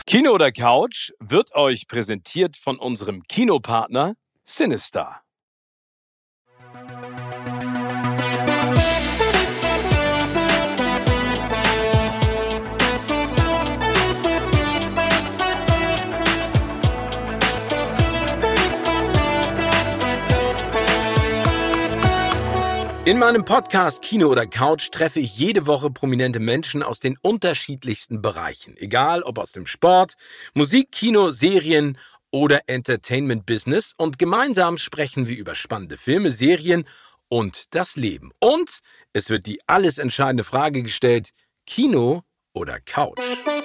Kino oder Couch wird euch präsentiert von unserem Kinopartner Cinestar. In meinem Podcast Kino oder Couch treffe ich jede Woche prominente Menschen aus den unterschiedlichsten Bereichen. Egal ob aus dem Sport, Musik, Kino, Serien oder Entertainment-Business. Und gemeinsam sprechen wir über spannende Filme, Serien und das Leben. Und es wird die alles entscheidende Frage gestellt: Kino oder Couch?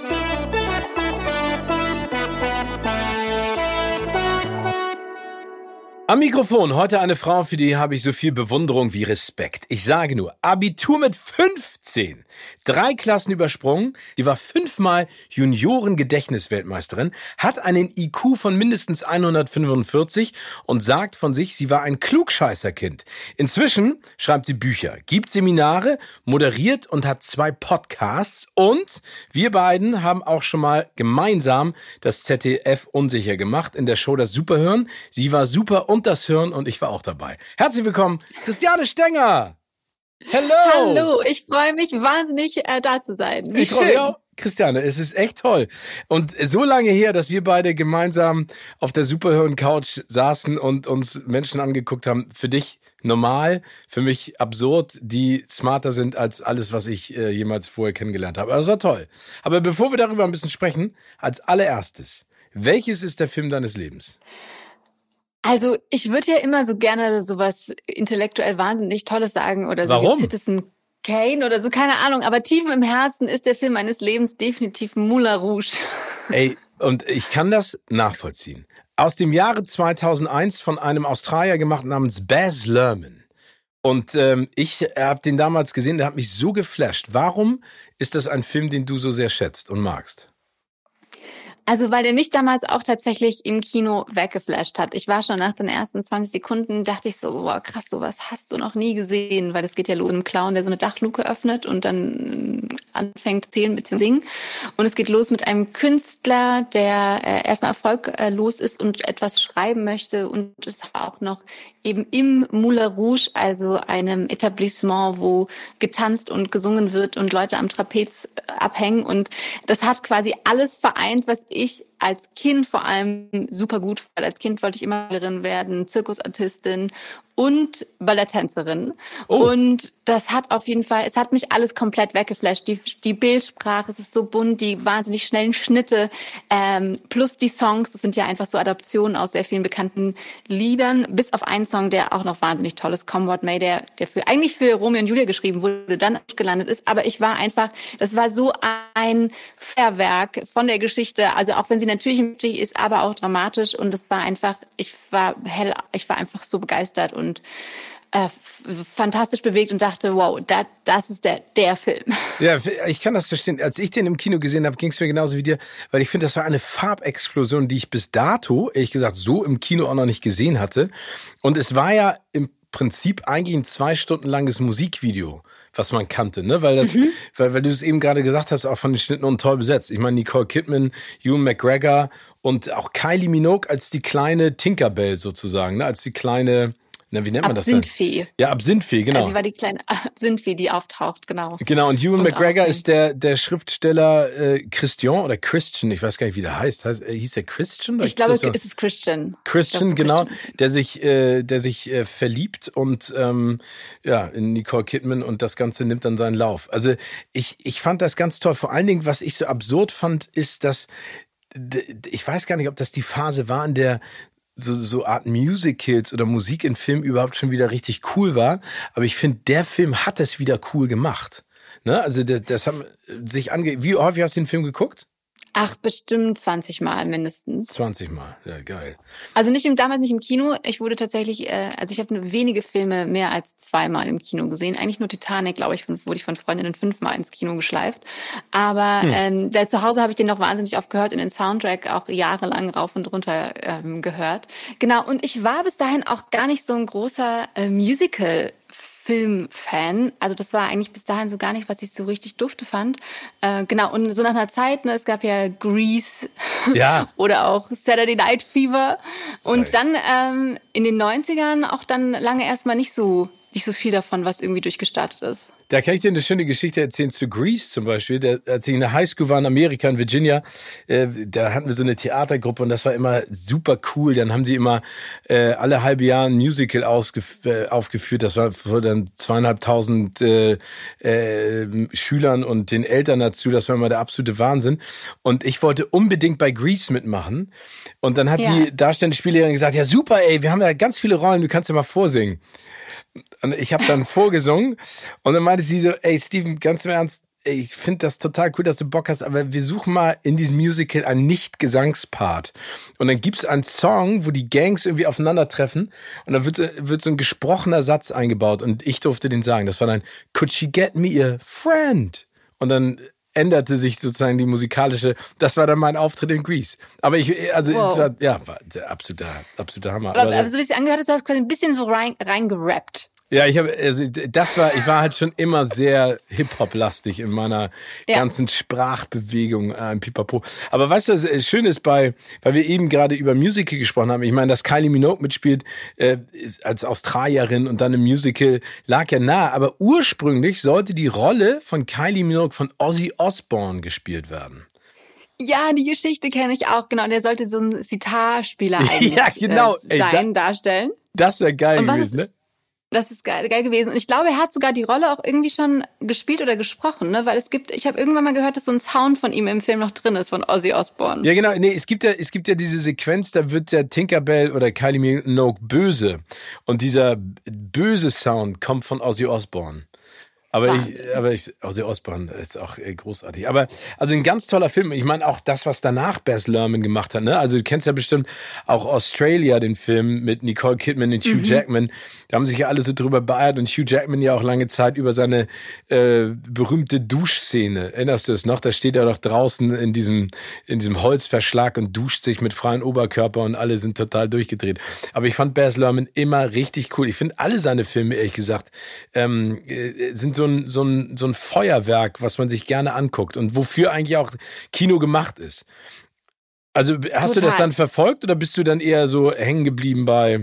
Am Mikrofon heute eine Frau, für die habe ich so viel Bewunderung wie Respekt. Ich sage nur, Abitur mit 15, 3 Klassen übersprungen, die war 5-mal Junioren-Gedächtnisweltmeisterin, hat einen IQ von mindestens 145 und sagt von sich, sie war ein Klugscheißerkind. Inzwischen schreibt sie Bücher, gibt Seminare, moderiert und hat 2 Podcasts und wir beiden haben auch schon mal gemeinsam das ZDF unsicher gemacht in der Show Das Superhören. Sie war super und das Hören und ich war auch dabei. Herzlich willkommen, Christiane Stenger. Hello. Hallo, ich freue mich wahnsinnig, da zu sein. Wie schön. Ja, Christiane, es ist echt toll. Und so lange her, dass wir beide gemeinsam auf der Superhören-Couch saßen und uns Menschen angeguckt haben. Für dich normal, für mich absurd, die smarter sind als alles, was ich jemals vorher kennengelernt habe. Also das war toll. Aber bevor wir darüber ein bisschen sprechen, als allererstes, welches ist der Film deines Lebens? Also ich würde ja immer so gerne sowas intellektuell wahnsinnig Tolles sagen oder so Warum? wie Citizen Kane oder so, keine Ahnung. Aber tief im Herzen ist der Film meines Lebens definitiv Moulin Rouge. Ey, und ich kann das nachvollziehen. Aus dem Jahre 2001 von einem Australier gemacht namens Baz Luhrmann. Und ich habe den damals gesehen, der hat mich so geflasht. Warum ist das ein Film, den du so sehr schätzt und magst? Also weil der mich damals auch tatsächlich im Kino weggeflasht hat. Ich war schon nach den ersten 20 Sekunden, dachte ich so, wow, krass, sowas hast du noch nie gesehen. Weil es geht ja los mit einem Clown, der so eine Dachluke öffnet und dann anfängt zu zählen bzw. singen. Und es geht los mit einem Künstler, der erstmal erfolglos ist und etwas schreiben möchte. Und es auch noch eben im Moulin Rouge, also einem Etablissement, wo getanzt und gesungen wird und Leute am Trapez abhängen. Und das hat quasi alles vereint, was ich als Kind vor allem super gut fand. Als Kind wollte ich immer Malerin werden, Zirkusartistin und Balletttänzerin. Oh. Und das hat auf jeden Fall, es hat mich alles komplett weggeflasht. Die Bildsprache, es ist so bunt, die wahnsinnig schnellen Schnitte, plus die Songs, das sind ja einfach so Adaptionen aus sehr vielen bekannten Liedern, bis auf einen Song, der auch noch wahnsinnig toll ist, Come What May, der eigentlich für Romeo und Julia geschrieben wurde, dann gelandet ist. Aber ich war einfach, das war so ein Feuerwerk von der Geschichte, also auch wenn sie natürlich ist, aber auch dramatisch. Und es war einfach, ich war einfach so begeistert und fantastisch bewegt und dachte, wow, das ist der Film. Ja, ich kann das verstehen. Als ich den im Kino gesehen habe, ging es mir genauso wie dir, weil ich finde, das war eine Farbexplosion, die ich bis dato, ehrlich gesagt, so im Kino auch noch nicht gesehen hatte. Und es war ja im Prinzip eigentlich ein 2 Stunden langes Musikvideo, was man kannte, ne? Weil das, weil du es eben gerade gesagt hast, auch von den Schnitten und toll besetzt. Ich meine, Nicole Kidman, Ewan McGregor und auch Kylie Minogue als die kleine Tinkerbell sozusagen, ne? Als die kleine, na, wie nennt man das denn? Absinthfee. Ja, Absinthfee, genau. Also sie war die kleine Absinthee, die auftaucht, genau. Genau, und Ewan McGregor ist der Schriftsteller Christian, ich weiß gar nicht, wie der heißt. Hieß der Christian? Oder ich glaube, es ist Christian. Christian, genau, der sich verliebt und in Nicole Kidman und das Ganze nimmt dann seinen Lauf. Also ich fand das ganz toll. Vor allen Dingen, was ich so absurd fand, ist, dass ich weiß gar nicht, ob das die Phase war, in der so Art Musicals oder Musik in Filmen überhaupt schon wieder richtig cool war. Aber ich finde, der Film hat es wieder cool gemacht. Ne? Also das haben sich Wie häufig hast du den Film geguckt? Ach, bestimmt 20 Mal mindestens. 20 Mal, ja, geil. Also damals nicht im Kino. Ich wurde tatsächlich, ich habe wenige Filme mehr als 2-mal im Kino gesehen. Eigentlich nur Titanic, glaube ich, wurde ich von Freundinnen 5-mal ins Kino geschleift. Aber zu Hause habe ich den noch wahnsinnig oft gehört, in den Soundtrack auch jahrelang rauf und runter gehört. Genau, und ich war bis dahin auch gar nicht so ein großer Musical Filmfan. Also das war eigentlich bis dahin so gar nicht, was ich so richtig dufte fand. Genau, und so nach einer Zeit, ne, es gab ja Grease oder auch Saturday Night Fever. Und dann in den 90ern auch dann lange erstmal nicht so viel davon, was irgendwie durchgestartet ist. Da kann ich dir eine schöne Geschichte erzählen zu Grease zum Beispiel. Als ich in der Highschool war in Amerika, in Virginia, da hatten wir so eine Theatergruppe und das war immer super cool. Dann haben die immer alle halbe Jahr ein Musical aufgeführt. Das war vor dann 2.500 Schülern und den Eltern dazu. Das war immer der absolute Wahnsinn. Und ich wollte unbedingt bei Grease mitmachen. Und dann hat die darstellende Spielerin gesagt, ja super, ey, wir haben ja ganz viele Rollen, du kannst ja mal vorsingen. Und ich habe dann vorgesungen und dann meinte sie so, ey Steven, ganz im Ernst, ich finde das total cool, dass du Bock hast, aber wir suchen mal in diesem Musical einen Nicht-Gesangspart. Und dann gibt's einen Song, wo die Gangs irgendwie aufeinandertreffen und dann wird so ein gesprochener Satz eingebaut und ich durfte den sagen. Das war dann, could she get me a friend? Und dann änderte sich sozusagen die musikalische, das war dann mein Auftritt in Grease. Aber es war der absolute Hammer. Aber so wie es sich angehört hat, du hast quasi ein bisschen so reingerappt. Ja, ich war halt schon immer sehr Hip-Hop-lastig in meiner ganzen Sprachbewegung, Pipapo. Aber weißt du, was schön ist weil wir eben gerade über Musical gesprochen haben, ich meine, dass Kylie Minogue mitspielt, als Australierin und dann im Musical lag ja nah, aber ursprünglich sollte die Rolle von Kylie Minogue von Ozzy Osbourne gespielt werden. Ja, die Geschichte kenne ich auch, genau. Der sollte so ein Sitarspieler eigentlich darstellen. Das wäre geil gewesen, ne? Das ist geil gewesen. Und ich glaube, er hat sogar die Rolle auch irgendwie schon gespielt oder gesprochen, ne? Weil ich habe irgendwann mal gehört, dass so ein Sound von ihm im Film noch drin ist, von Ozzy Osbourne. Ja, genau. Nee, es gibt ja diese Sequenz, da wird der Tinkerbell oder Kylie Minogue böse. Und dieser böse Sound kommt von Ozzy Osbourne. Ozzy Osbourne ist auch großartig. Aber also ein ganz toller Film. Ich meine auch das, was danach Baz Luhrmann gemacht hat. Ne? Also du kennst ja bestimmt auch Australia, den Film mit Nicole Kidman und Hugh Jackman. Da haben sich ja alle so drüber beeilt und Hugh Jackman ja auch lange Zeit über seine berühmte Duschszene. Erinnerst du es noch? Da steht er doch draußen in diesem Holzverschlag und duscht sich mit freiem Oberkörper und alle sind total durchgedreht. Aber ich fand Baz Luhrmann immer richtig cool. Ich finde alle seine Filme, ehrlich gesagt, sind so ein Feuerwerk, was man sich gerne anguckt und wofür eigentlich auch Kino gemacht ist. Also hast du das dann verfolgt oder bist du dann eher so hängen geblieben bei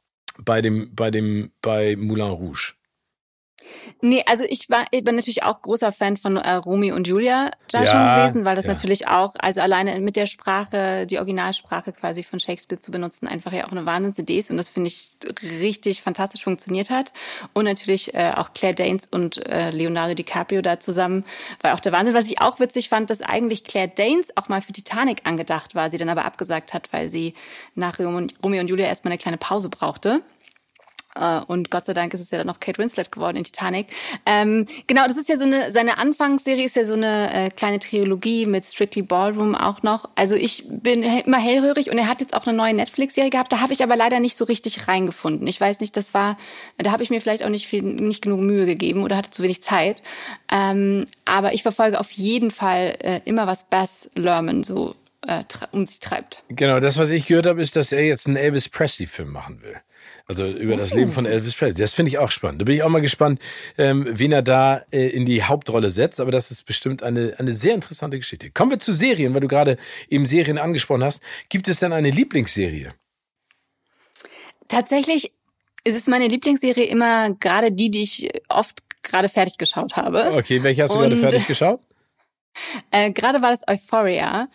Moulin Rouge? Nee, also ich bin natürlich auch großer Fan von Romeo und Julia schon gewesen, weil das natürlich auch, also alleine mit der Sprache, die Originalsprache quasi von Shakespeare zu benutzen, einfach ja auch eine Wahnsinnsidee ist und das finde ich richtig fantastisch funktioniert hat. Und natürlich auch Claire Danes und Leonardo DiCaprio da zusammen, war auch der Wahnsinn. Was ich auch witzig fand, dass eigentlich Claire Danes auch mal für Titanic angedacht war, sie dann aber abgesagt hat, weil sie nach Romeo und Julia erstmal eine kleine Pause brauchte. Und Gott sei Dank ist es ja dann noch Kate Winslet geworden in Titanic. Genau, das ist ja seine Anfangsserie ist ja so eine kleine Trilogie mit Strictly Ballroom auch noch. Also ich bin immer hellhörig und er hat jetzt auch eine neue Netflix-Serie gehabt, da habe ich aber leider nicht so richtig reingefunden. Ich weiß nicht, da habe ich mir vielleicht auch nicht genug Mühe gegeben oder hatte zu wenig Zeit. Aber ich verfolge auf jeden Fall immer, was Baz Luhrmann so um sich treibt. Genau, das, was ich gehört habe, ist, dass er jetzt einen Elvis Presley-Film machen will. Also über das Leben von Elvis Presley. Das finde ich auch spannend. Da bin ich auch mal gespannt, wen er da in die Hauptrolle setzt. Aber das ist bestimmt eine sehr interessante Geschichte. Kommen wir zu Serien, weil du gerade eben Serien angesprochen hast. Gibt es denn eine Lieblingsserie? Tatsächlich ist es meine Lieblingsserie immer gerade die ich oft gerade fertig geschaut habe. Okay, welche hast du gerade fertig geschaut? Gerade war das Euphoria.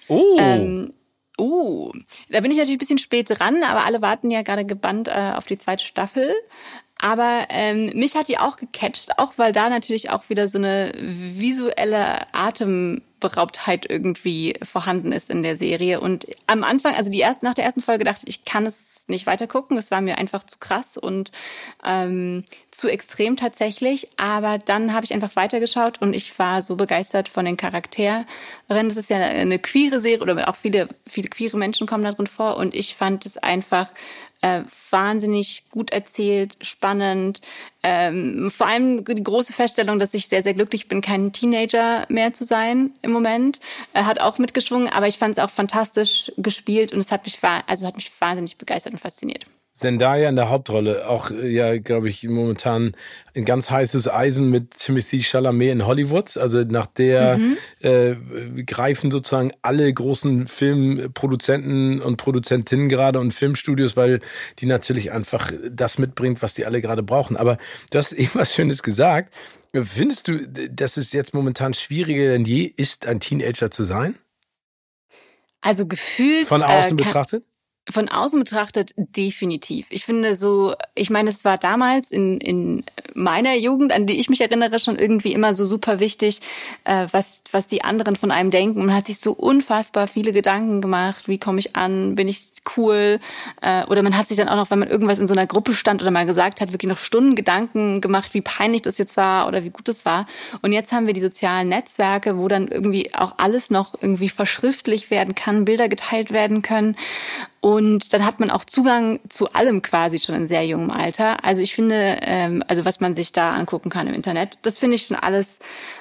Da bin ich natürlich ein bisschen spät dran, aber alle warten ja gerade gebannt auf die zweite Staffel. Aber mich hat die auch gecatcht, auch weil da natürlich auch wieder so eine visuelle Atemberaubtheit irgendwie vorhanden ist in der Serie. Und am Anfang, also nach der ersten Folge dachte ich kann es nicht weiter gucken. Das war mir einfach zu krass und zu extrem tatsächlich. Aber dann habe ich einfach weitergeschaut und ich war so begeistert von den Charakteren. Das ist ja eine queere Serie oder auch viele queere Menschen kommen da drin vor. Und ich fand es einfach wahnsinnig gut erzählt, spannend. Vor allem die große Feststellung, dass ich sehr, sehr glücklich bin, kein Teenager mehr zu sein im Moment. Hat auch mitgeschwungen, aber ich fand es auch fantastisch gespielt und es hat mich wahnsinnig begeistert und fasziniert. Zendaya in der Hauptrolle, auch ja, glaube ich, momentan ein ganz heißes Eisen mit Timothée Chalamet in Hollywood. Also nach der greifen sozusagen alle großen Filmproduzenten und Produzentinnen gerade und Filmstudios, weil die natürlich einfach das mitbringt, was die alle gerade brauchen. Aber du hast eben was Schönes gesagt. Findest du, dass es jetzt momentan schwieriger denn je ist, ein Teenager zu sein? Also gefühlt von außen betrachtet? Von außen betrachtet definitiv. Ich finde so, ich meine, es war damals in meiner Jugend, an die ich mich erinnere, schon irgendwie immer so super wichtig, was die anderen von einem denken. Man hat sich so unfassbar viele Gedanken gemacht. Wie komme ich an? Bin ich cool? Oder man hat sich dann auch noch, wenn man irgendwas in so einer Gruppe stand oder mal gesagt hat, wirklich noch Stunden Gedanken gemacht, wie peinlich das jetzt war oder wie gut es war. Und jetzt haben wir die sozialen Netzwerke, wo dann irgendwie auch alles noch irgendwie verschriftlicht werden kann, Bilder geteilt werden können. Und dann hat man auch Zugang zu allem quasi schon in sehr jungem Alter. Also ich finde, also was man sich da angucken kann im Internet, das finde ich schon alles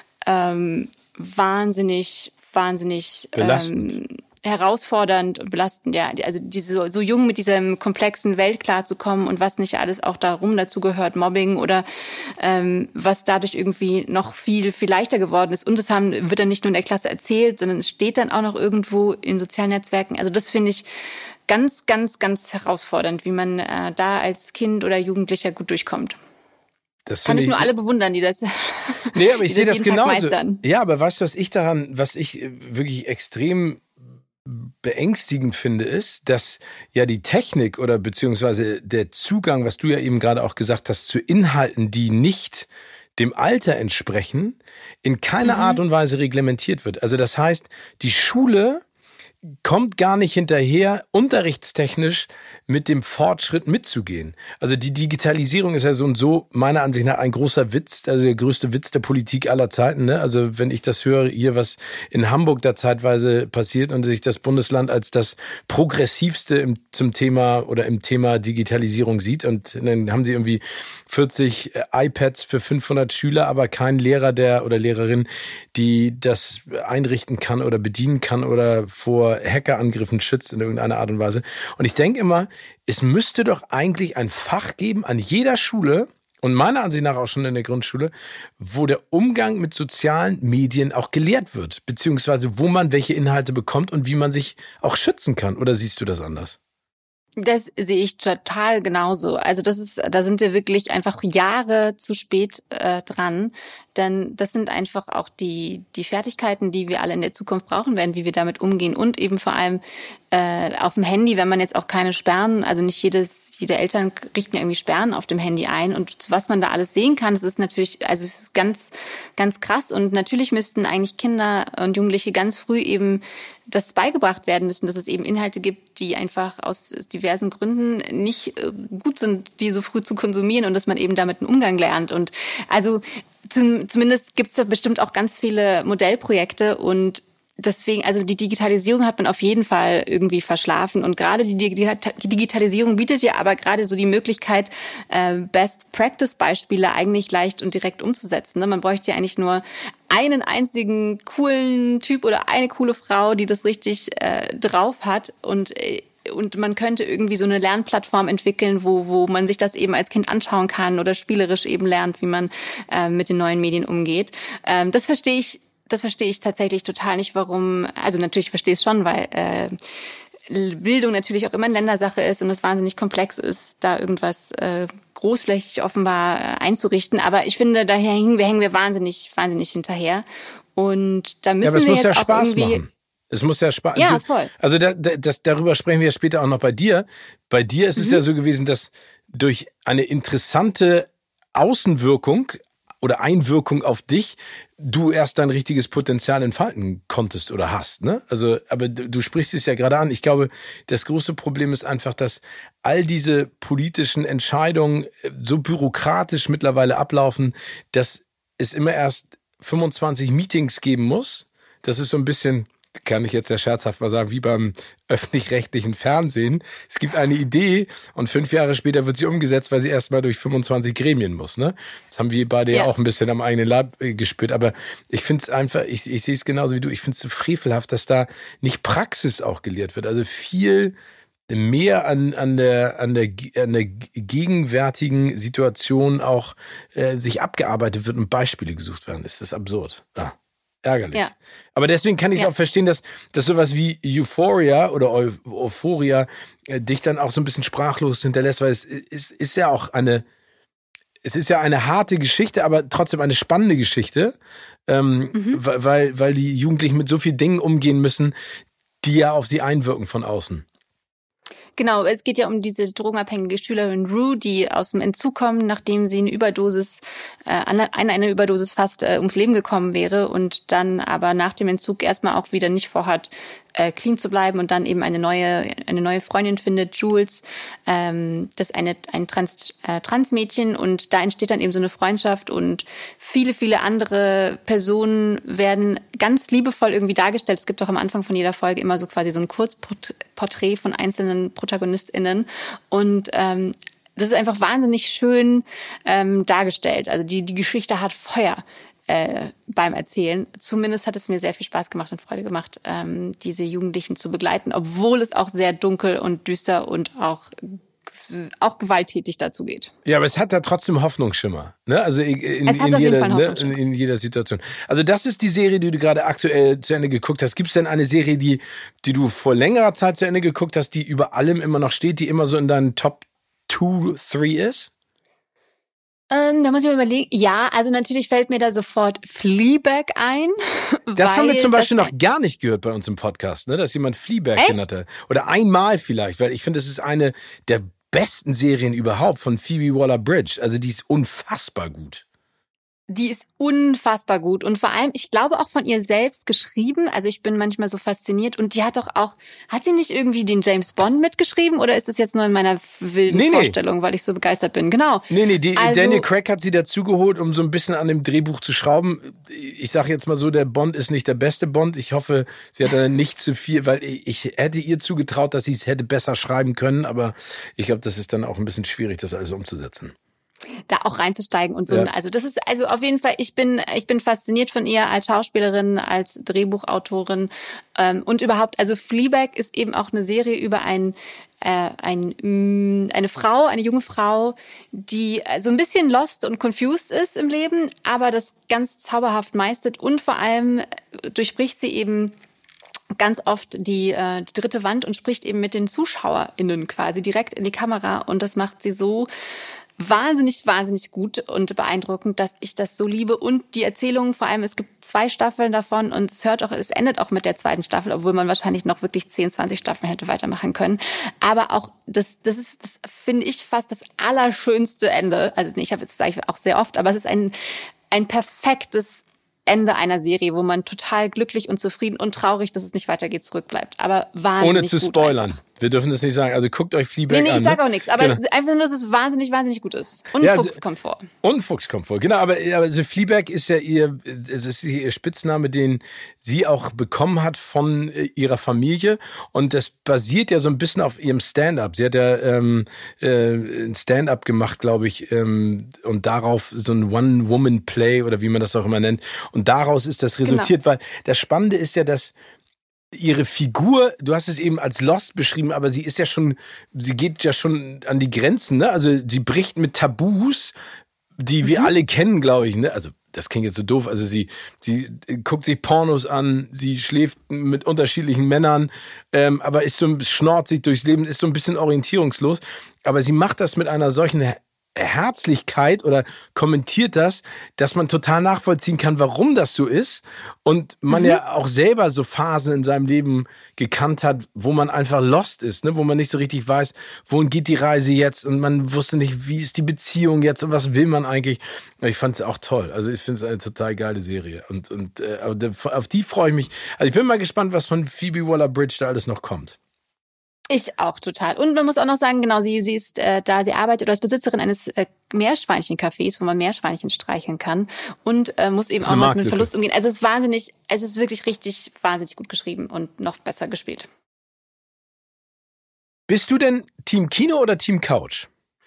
wahnsinnig belastend. Herausfordernd und belastend, ja. Also so jung mit diesem komplexen Welt klarzukommen und was nicht alles auch dazu gehört, Mobbing oder was dadurch irgendwie noch viel, viel leichter geworden ist. Und das wird dann nicht nur in der Klasse erzählt, sondern es steht dann auch noch irgendwo in sozialen Netzwerken. Also das finde ich ganz, ganz, ganz herausfordernd, wie man da als Kind oder Jugendlicher gut durchkommt. Das kann ich nur alle bewundern, die das nee, aber ich sehe das genauso. Ja, aber weißt du, was ich wirklich extrem beängstigend finde, ist, dass ja die Technik oder beziehungsweise der Zugang, was du ja eben gerade auch gesagt hast, zu Inhalten, die nicht dem Alter entsprechen, in keiner Art und Weise reglementiert wird. Also das heißt, die Schule kommt gar nicht hinterher, unterrichtstechnisch mit dem Fortschritt mitzugehen. Also die Digitalisierung ist ja so und so meiner Ansicht nach ein großer Witz, also der größte Witz der Politik aller Zeiten. Ne? Also wenn ich das höre, hier was in Hamburg da zeitweise passiert und sich das Bundesland als das progressivste im Thema Digitalisierung sieht und dann haben sie irgendwie 40 iPads für 500 Schüler, aber kein Lehrer oder Lehrerin, die das einrichten kann oder bedienen kann oder vor Hackerangriffen schützt in irgendeiner Art und Weise. Und ich denke immer, es müsste doch eigentlich ein Fach geben an jeder Schule und meiner Ansicht nach auch schon in der Grundschule, wo der Umgang mit sozialen Medien auch gelehrt wird, beziehungsweise wo man welche Inhalte bekommt und wie man sich auch schützen kann. Oder siehst du das anders? Das sehe ich total genauso. Also da sind wir wirklich einfach Jahre zu spät dran, denn das sind einfach auch die Fertigkeiten, die wir alle in der Zukunft brauchen werden, wie wir damit umgehen und eben vor allem auf dem Handy, wenn man jetzt auch keine Sperren, also nicht jede Eltern richten ja irgendwie Sperren auf dem Handy ein und was man da alles sehen kann, das ist natürlich, also es ist ganz, ganz krass und natürlich müssten eigentlich Kinder und Jugendliche ganz früh eben das beigebracht werden müssen, dass es eben Inhalte gibt, die einfach aus diversen Gründen nicht gut sind, die so früh zu konsumieren und dass man eben damit einen Umgang lernt. Und also zumindest gibt es da bestimmt auch ganz viele Modellprojekte und deswegen, also die Digitalisierung hat man auf jeden Fall irgendwie verschlafen und gerade die Digitalisierung bietet ja aber gerade so die Möglichkeit, Best-Practice-Beispiele eigentlich leicht und direkt umzusetzen. Man bräuchte ja eigentlich nur einen einzigen coolen Typ oder eine coole Frau, die das richtig drauf hat und man könnte irgendwie so eine Lernplattform entwickeln, wo man sich das eben als Kind anschauen kann oder spielerisch eben lernt, wie man mit den neuen Medien umgeht. Das verstehe ich tatsächlich total nicht, warum, also natürlich verstehe ich es schon, weil Bildung natürlich auch immer eine Ländersache ist und es wahnsinnig komplex ist, da irgendwas großflächig offenbar einzurichten. Aber ich finde, daher hängen wir wahnsinnig, wahnsinnig hinterher. Und da müssen wir jetzt auch irgendwie... Machen. Es muss ja Spaß. Ja, voll. Also darüber sprechen wir ja später auch noch bei dir. Bei dir ist es ja so gewesen, dass durch eine interessante Außenwirkung oder Einwirkung auf dich du erst dein richtiges Potenzial entfalten konntest oder hast, ne? Also, aber du sprichst es ja gerade an. Ich glaube, das große Problem ist einfach, dass all diese politischen Entscheidungen so bürokratisch mittlerweile ablaufen, dass es immer erst 25 Meetings geben muss. Das ist so ein bisschen, kann ich jetzt ja scherzhaft mal sagen, wie beim öffentlich-rechtlichen Fernsehen. Es gibt eine Idee und 5 Jahre später wird sie umgesetzt, weil sie erstmal durch 25 Gremien muss. Ne? Das haben wir beide ja auch ein bisschen am eigenen Leib gespürt. Aber ich finde es einfach, ich sehe es genauso wie du, ich finde es so frevelhaft, dass da nicht Praxis auch gelehrt wird. Also viel mehr an der gegenwärtigen Situation auch sich abgearbeitet wird und Beispiele gesucht werden. Das ist absurd. Ärgerlich. Ja. Aber deswegen kann ich es auch verstehen, dass sowas wie Euphoria oder Euphoria dich dann auch so ein bisschen sprachlos hinterlässt, weil es ist ja auch eine harte Geschichte, aber trotzdem eine spannende Geschichte, weil die Jugendlichen mit so vielen Dingen umgehen müssen, die ja auf sie einwirken von außen. Genau, es geht ja um diese drogenabhängige Schülerin Rue, die aus dem Entzug kommt, nachdem sie eine Überdosis fast ums Leben gekommen wäre und dann aber nach dem Entzug erstmal auch wieder nicht vorhat, clean zu bleiben und dann eben eine neue Freundin findet, Jules, das ist ein Transmädchen und da entsteht dann eben so eine Freundschaft und viele, viele andere Personen werden ganz liebevoll irgendwie dargestellt. Es gibt auch am Anfang von jeder Folge immer so quasi so ein Kurzporträt von einzelnen ProtagonistInnen und das ist einfach wahnsinnig schön dargestellt. Also die Geschichte hat Feuer beim Erzählen. Zumindest hat es mir sehr viel Spaß gemacht und Freude gemacht, diese Jugendlichen zu begleiten, obwohl es auch sehr dunkel und düster und auch gewalttätig dazu geht. Ja, aber es hat da trotzdem Hoffnungsschimmer. Ne? Also in jeder Situation. Also das ist die Serie, die du gerade aktuell zu Ende geguckt hast. Gibt es denn eine Serie, die du vor längerer Zeit zu Ende geguckt hast, die über allem immer noch steht, die immer so in deinen Top 2, 3 ist? Da muss ich mir überlegen. Ja, also natürlich fällt mir da sofort Fleabag ein. Das haben wir zum Beispiel noch gar nicht gehört bei uns im Podcast, ne? Dass jemand Fleabag genannt hat. Oder einmal vielleicht, weil ich finde, das ist eine der besten Serien überhaupt von Phoebe Waller-Bridge. Also die ist unfassbar gut. Die ist unfassbar gut und vor allem, ich glaube auch von ihr selbst geschrieben. Also ich bin manchmal so fasziniert und die hat sie nicht irgendwie den James Bond mitgeschrieben oder ist es jetzt nur in meiner wilden Vorstellung, weil ich so begeistert bin? Genau. Daniel Craig hat sie dazugeholt, um so ein bisschen an dem Drehbuch zu schrauben. Ich sage jetzt mal so, der Bond ist nicht der beste Bond. Ich hoffe, sie hat da nicht zu viel, weil ich hätte ihr zugetraut, dass sie es hätte besser schreiben können, aber ich glaube, das ist dann auch ein bisschen schwierig, das alles umzusetzen. Da auch reinzusteigen und so. Ja. Also das ist also auf jeden Fall, ich bin fasziniert von ihr als Schauspielerin, als Drehbuchautorin und überhaupt, also Fleabag ist eben auch eine Serie über eine junge Frau, die so ein bisschen lost und confused ist im Leben, aber das ganz zauberhaft meistert und vor allem durchbricht sie eben ganz oft die dritte Wand und spricht eben mit den ZuschauerInnen quasi direkt in die Kamera und das macht sie so wahnsinnig, wahnsinnig gut und beeindruckend, dass ich das so liebe. Und die Erzählung, vor allem, es gibt 2 Staffeln davon und es endet auch mit der 2. Staffel, obwohl man wahrscheinlich noch wirklich 10, 20 Staffeln hätte weitermachen können. Aber auch, das finde ich fast das allerschönste Ende. Also ich habe jetzt, sage ich auch sehr oft, aber es ist ein perfektes Ende einer Serie, wo man total glücklich und zufrieden und traurig, dass es nicht weitergeht, zurückbleibt. Aber wahnsinnig ohne zu gut spoilern. Einfach. Wir dürfen das nicht sagen. Also guckt euch Fleabag an. Nee, ich sag auch nichts. Aber einfach nur, dass es wahnsinnig, wahnsinnig gut ist. Und Fuchs kommt vor. Und Fuchs kommt vor. Genau, aber also Fleabag ist ja ihr Spitzname, den sie auch bekommen hat von ihrer Familie. Und das basiert ja so ein bisschen auf ihrem Stand-up. Sie hat ja ein Stand-up gemacht, glaube ich, und darauf so ein One-Woman-Play oder wie man das auch immer nennt. Und daraus ist das resultiert, weil das Spannende ist ja, dass ihre Figur, du hast es eben als Lost beschrieben, aber sie geht ja schon an die Grenzen, ne? Also sie bricht mit Tabus, die wir alle kennen, glaube ich, ne? Also das klingt jetzt so doof, also sie guckt sich Pornos an, sie schläft mit unterschiedlichen Männern, aber schnort sich durchs Leben, ist so ein bisschen orientierungslos, aber sie macht das mit einer solchen Herzlichkeit oder kommentiert das, dass man total nachvollziehen kann, warum das so ist und man ja auch selber so Phasen in seinem Leben gekannt hat, wo man einfach lost ist, ne? Wo man nicht so richtig weiß, wohin geht die Reise jetzt und man wusste nicht, wie ist die Beziehung jetzt und was will man eigentlich. Ich fand es auch toll, also ich finde es eine total geile Serie und auf die freue ich mich. Also ich bin mal gespannt, was von Phoebe Waller-Bridge da alles noch kommt. Ich auch total. Und man muss auch noch sagen, genau, sie ist da, sie arbeitet oder ist Besitzerin eines Meerschweinchen-Cafés, wo man Meerschweinchen streicheln kann und muss eben auch mit einem Verlust umgehen. Also es ist wirklich richtig wahnsinnig gut geschrieben und noch besser gespielt. Bist du denn Team Kino oder Team Couch?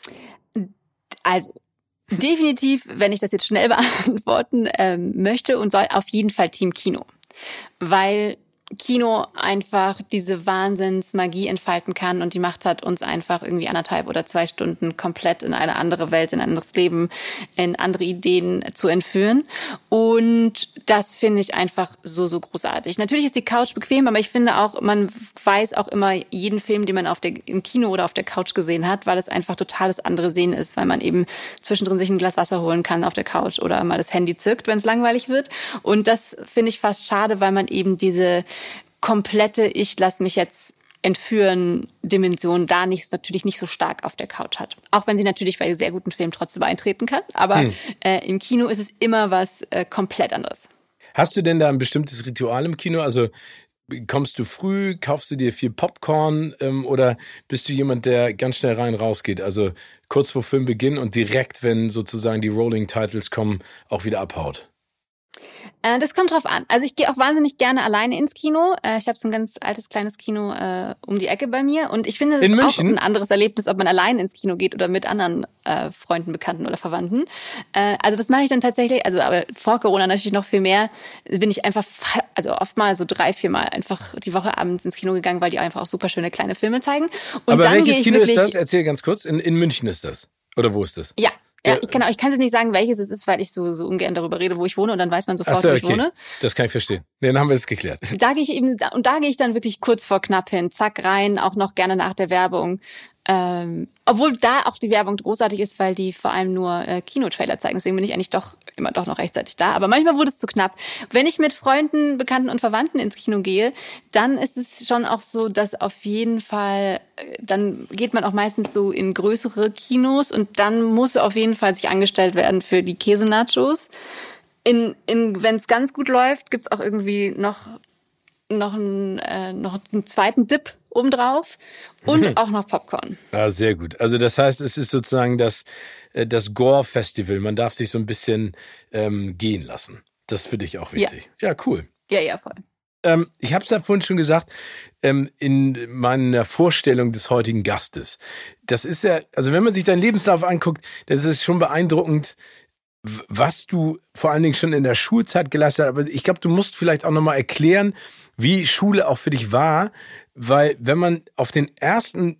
Also definitiv, wenn ich das jetzt schnell beantworten möchte und soll, auf jeden Fall Team Kino. Weil Kino einfach diese Wahnsinnsmagie entfalten kann und die Macht hat, uns einfach irgendwie 1,5 oder 2 Stunden komplett in eine andere Welt, in ein anderes Leben, in andere Ideen zu entführen. Und das finde ich einfach so, so großartig. Natürlich ist die Couch bequem, aber ich finde auch, man weiß auch immer jeden Film, den man im Kino oder auf der Couch gesehen hat, weil es einfach total das andere Sehen ist, weil man eben zwischendrin sich ein Glas Wasser holen kann auf der Couch oder mal das Handy zückt, wenn es langweilig wird. Und das finde ich fast schade, weil man eben diese komplette Ich lasse mich jetzt entführen Dimension da natürlich nicht so stark auf der Couch hat. Auch wenn sie natürlich bei sehr guten Filmen trotzdem eintreten kann. Aber im Kino ist es immer was komplett anderes. Hast du denn da ein bestimmtes Ritual im Kino? Also kommst du früh, kaufst du dir viel Popcorn oder bist du jemand, der ganz schnell rein rausgeht? Also kurz vor Filmbeginn und direkt, wenn sozusagen die Rolling Titles kommen, auch wieder abhaut? Das kommt drauf an. Also ich gehe auch wahnsinnig gerne alleine ins Kino. Ich habe so ein ganz altes, kleines Kino um die Ecke bei mir. Und ich finde, das ist auch ein anderes Erlebnis, ob man alleine ins Kino geht oder mit anderen Freunden, Bekannten oder Verwandten. Also das mache ich dann tatsächlich, also aber vor Corona natürlich noch viel mehr, bin ich einfach, also oft mal so 3-4 Mal einfach die Woche abends ins Kino gegangen, weil die einfach auch super schöne kleine Filme zeigen. Und aber dann welches Kino ist das? Erzähl ganz kurz. In München ist das. Oder wo ist das? Ja. Ja, ich kann es nicht sagen, welches es ist, weil ich so ungern darüber rede, wo ich wohne und dann weiß man sofort, wo ich wohne. Das kann ich verstehen. Nee, dann haben wir es geklärt. Da gehe ich dann wirklich kurz vor knapp hin, zack rein, auch noch gerne nach der Werbung. Obwohl da auch die Werbung großartig ist, weil die vor allem nur Kinotrailer zeigen. Deswegen bin ich eigentlich immer noch rechtzeitig da. Aber manchmal wurde es zu knapp. Wenn ich mit Freunden, Bekannten und Verwandten ins Kino gehe, dann ist es schon auch so, dass auf jeden Fall, dann geht man auch meistens so in größere Kinos und dann muss auf jeden Fall sich angestellt werden für die Käsenachos. Wenn es ganz gut läuft, gibt's auch irgendwie noch einen zweiten Dip obendrauf und auch noch Popcorn. Ah, sehr gut. Also das heißt, es ist sozusagen das Gore-Festival. Man darf sich so ein bisschen gehen lassen. Das ist für dich auch wichtig. Ja, cool. Ja, voll. Ich habe es ja vorhin schon gesagt, in meiner Vorstellung des heutigen Gastes. Das ist ja, also wenn man sich deinen Lebenslauf anguckt, das ist schon beeindruckend, was du vor allen Dingen schon in der Schulzeit geleistet hast. Aber ich glaube, du musst vielleicht auch nochmal erklären, wie Schule auch für dich war, weil wenn man auf den ersten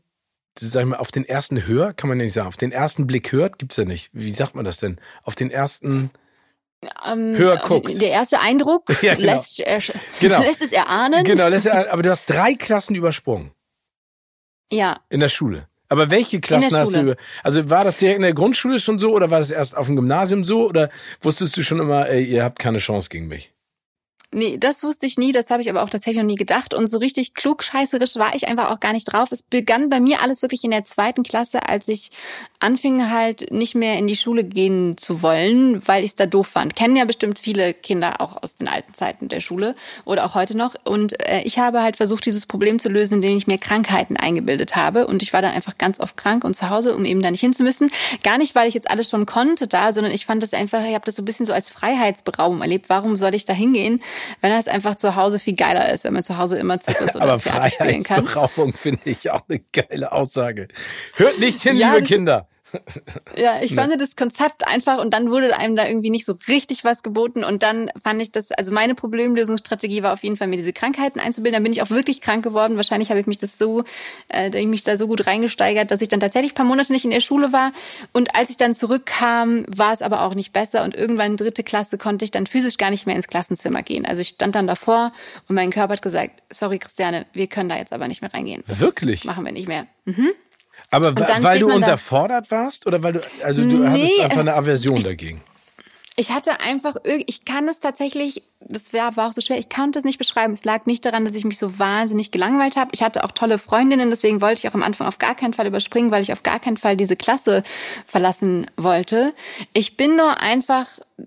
Hör, kann man ja nicht sagen, auf den ersten Blick hört, gibt's ja nicht. Wie sagt man das denn? Auf den ersten Hör guckt. Der erste Eindruck ja, genau. lässt es erahnen. Genau, aber du hast 3 Klassen übersprungen. Ja. In der Schule. Aber welche Klassen hast du? Also war das direkt in der Grundschule schon so oder war das erst auf dem Gymnasium so oder wusstest du schon immer, ihr habt keine Chance gegen mich? Nee, das wusste ich nie, das habe ich aber auch tatsächlich noch nie gedacht. Und so richtig klugscheißerisch war ich einfach auch gar nicht drauf. Es begann bei mir alles wirklich in der 2. Klasse, als ich anfing halt nicht mehr in die Schule gehen zu wollen, weil ich es da doof fand. Kennen ja bestimmt viele Kinder auch aus den alten Zeiten der Schule oder auch heute noch. Und ich habe halt versucht, dieses Problem zu lösen, indem ich mir Krankheiten eingebildet habe. Und ich war dann einfach ganz oft krank und zu Hause, um eben da nicht hinzumüssen. Gar nicht, weil ich jetzt alles schon konnte da, sondern ich fand das einfach, ich habe das so ein bisschen so als Freiheitsberaubung erlebt. Warum soll ich da hingehen, wenn das einfach zu Hause viel geiler ist, wenn man zu Hause immer Zirkus oder Theater spielen kann. Aber Freiheitsberaubung finde ich auch eine geile Aussage. Hört nicht hin, liebe Kinder. Ja, ich fand das Konzept einfach und dann wurde einem da irgendwie nicht so richtig was geboten und dann fand ich das, also meine Problemlösungsstrategie war auf jeden Fall, mir diese Krankheiten einzubilden. Dann bin ich auch wirklich krank geworden. Wahrscheinlich habe ich mich da so gut reingesteigert, dass ich dann tatsächlich ein paar Monate nicht in der Schule war und als ich dann zurückkam, war es aber auch nicht besser und irgendwann 3. Klasse konnte ich dann physisch gar nicht mehr ins Klassenzimmer gehen. Also ich stand dann davor und mein Körper hat gesagt, sorry Christiane, wir können da jetzt aber nicht mehr reingehen. Wirklich? Machen wir nicht mehr. Aber weil du unterfordert warst oder weil du hattest einfach eine Aversion dagegen? Ich hatte einfach, ich kann es tatsächlich, war auch so schwer, ich konnte es nicht beschreiben. Es lag nicht daran, dass ich mich so wahnsinnig gelangweilt habe. Ich hatte auch tolle Freundinnen, deswegen wollte ich auch am Anfang auf gar keinen Fall überspringen, weil ich auf gar keinen Fall diese Klasse verlassen wollte. Ich bin nur einfach,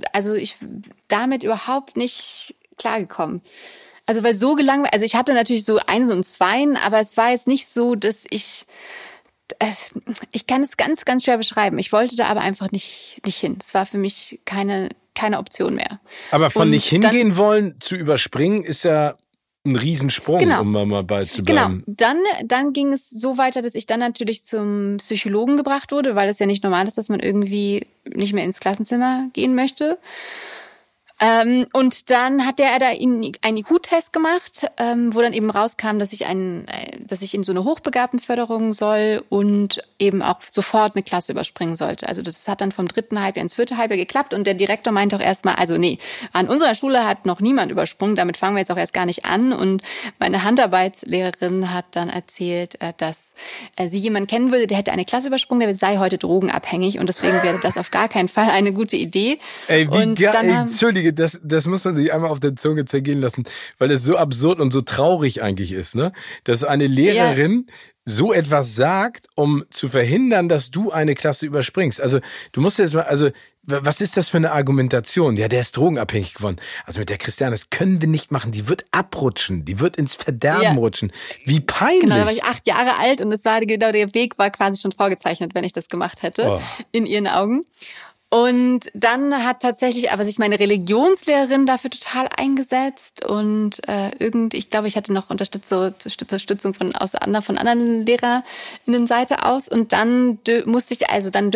damit überhaupt nicht klargekommen. Also weil so gelangweilt, also ich hatte natürlich so 1 und 2, aber es war jetzt nicht so, dass ich kann es ganz, ganz schwer beschreiben. Ich wollte da aber einfach nicht hin. Es war für mich keine Option mehr. Aber von nicht hingehen wollen zu überspringen ist ja ein Riesensprung, genau. Um mal beizubleiben. Genau. Dann ging es so weiter, dass ich dann natürlich zum Psychologen gebracht wurde, weil es ja nicht normal ist, dass man irgendwie nicht mehr ins Klassenzimmer gehen möchte. Und dann hat der da einen IQ-Test gemacht, wo dann eben rauskam, dass ich in so eine Hochbegabtenförderung soll und eben auch sofort eine Klasse überspringen sollte. Also das hat dann vom 3. Halbjahr ins 4. Halbjahr geklappt und der Direktor meinte auch erstmal, also nee, an unserer Schule hat noch niemand übersprungen, damit fangen wir jetzt auch erst gar nicht an. Und meine Handarbeitslehrerin hat dann erzählt, dass sie jemanden kennen würde, der hätte eine Klasse übersprungen, der sei heute drogenabhängig und deswegen wäre das auf gar keinen Fall eine gute Idee. Ey, Entschuldige, das muss man sich einmal auf der Zunge zergehen lassen, weil es so absurd und so traurig eigentlich ist, ne? Dass eine Lehrerin so etwas sagt, um zu verhindern, dass du eine Klasse überspringst. Also du musst jetzt mal, also was ist das für eine Argumentation? Ja, der ist drogenabhängig geworden. Also mit der Christiane, das können wir nicht machen. Die wird abrutschen, die wird ins Verderben rutschen. Wie peinlich. Genau, da war ich 8 Jahre alt und genau der Weg war quasi schon vorgezeichnet, wenn ich das gemacht hätte, in ihren Augen. Und dann hat tatsächlich aber sich meine Religionslehrerin dafür total eingesetzt und ich glaube, ich hatte noch Unterstützung von anderen LehrerInnen-Seite aus und dann musste ich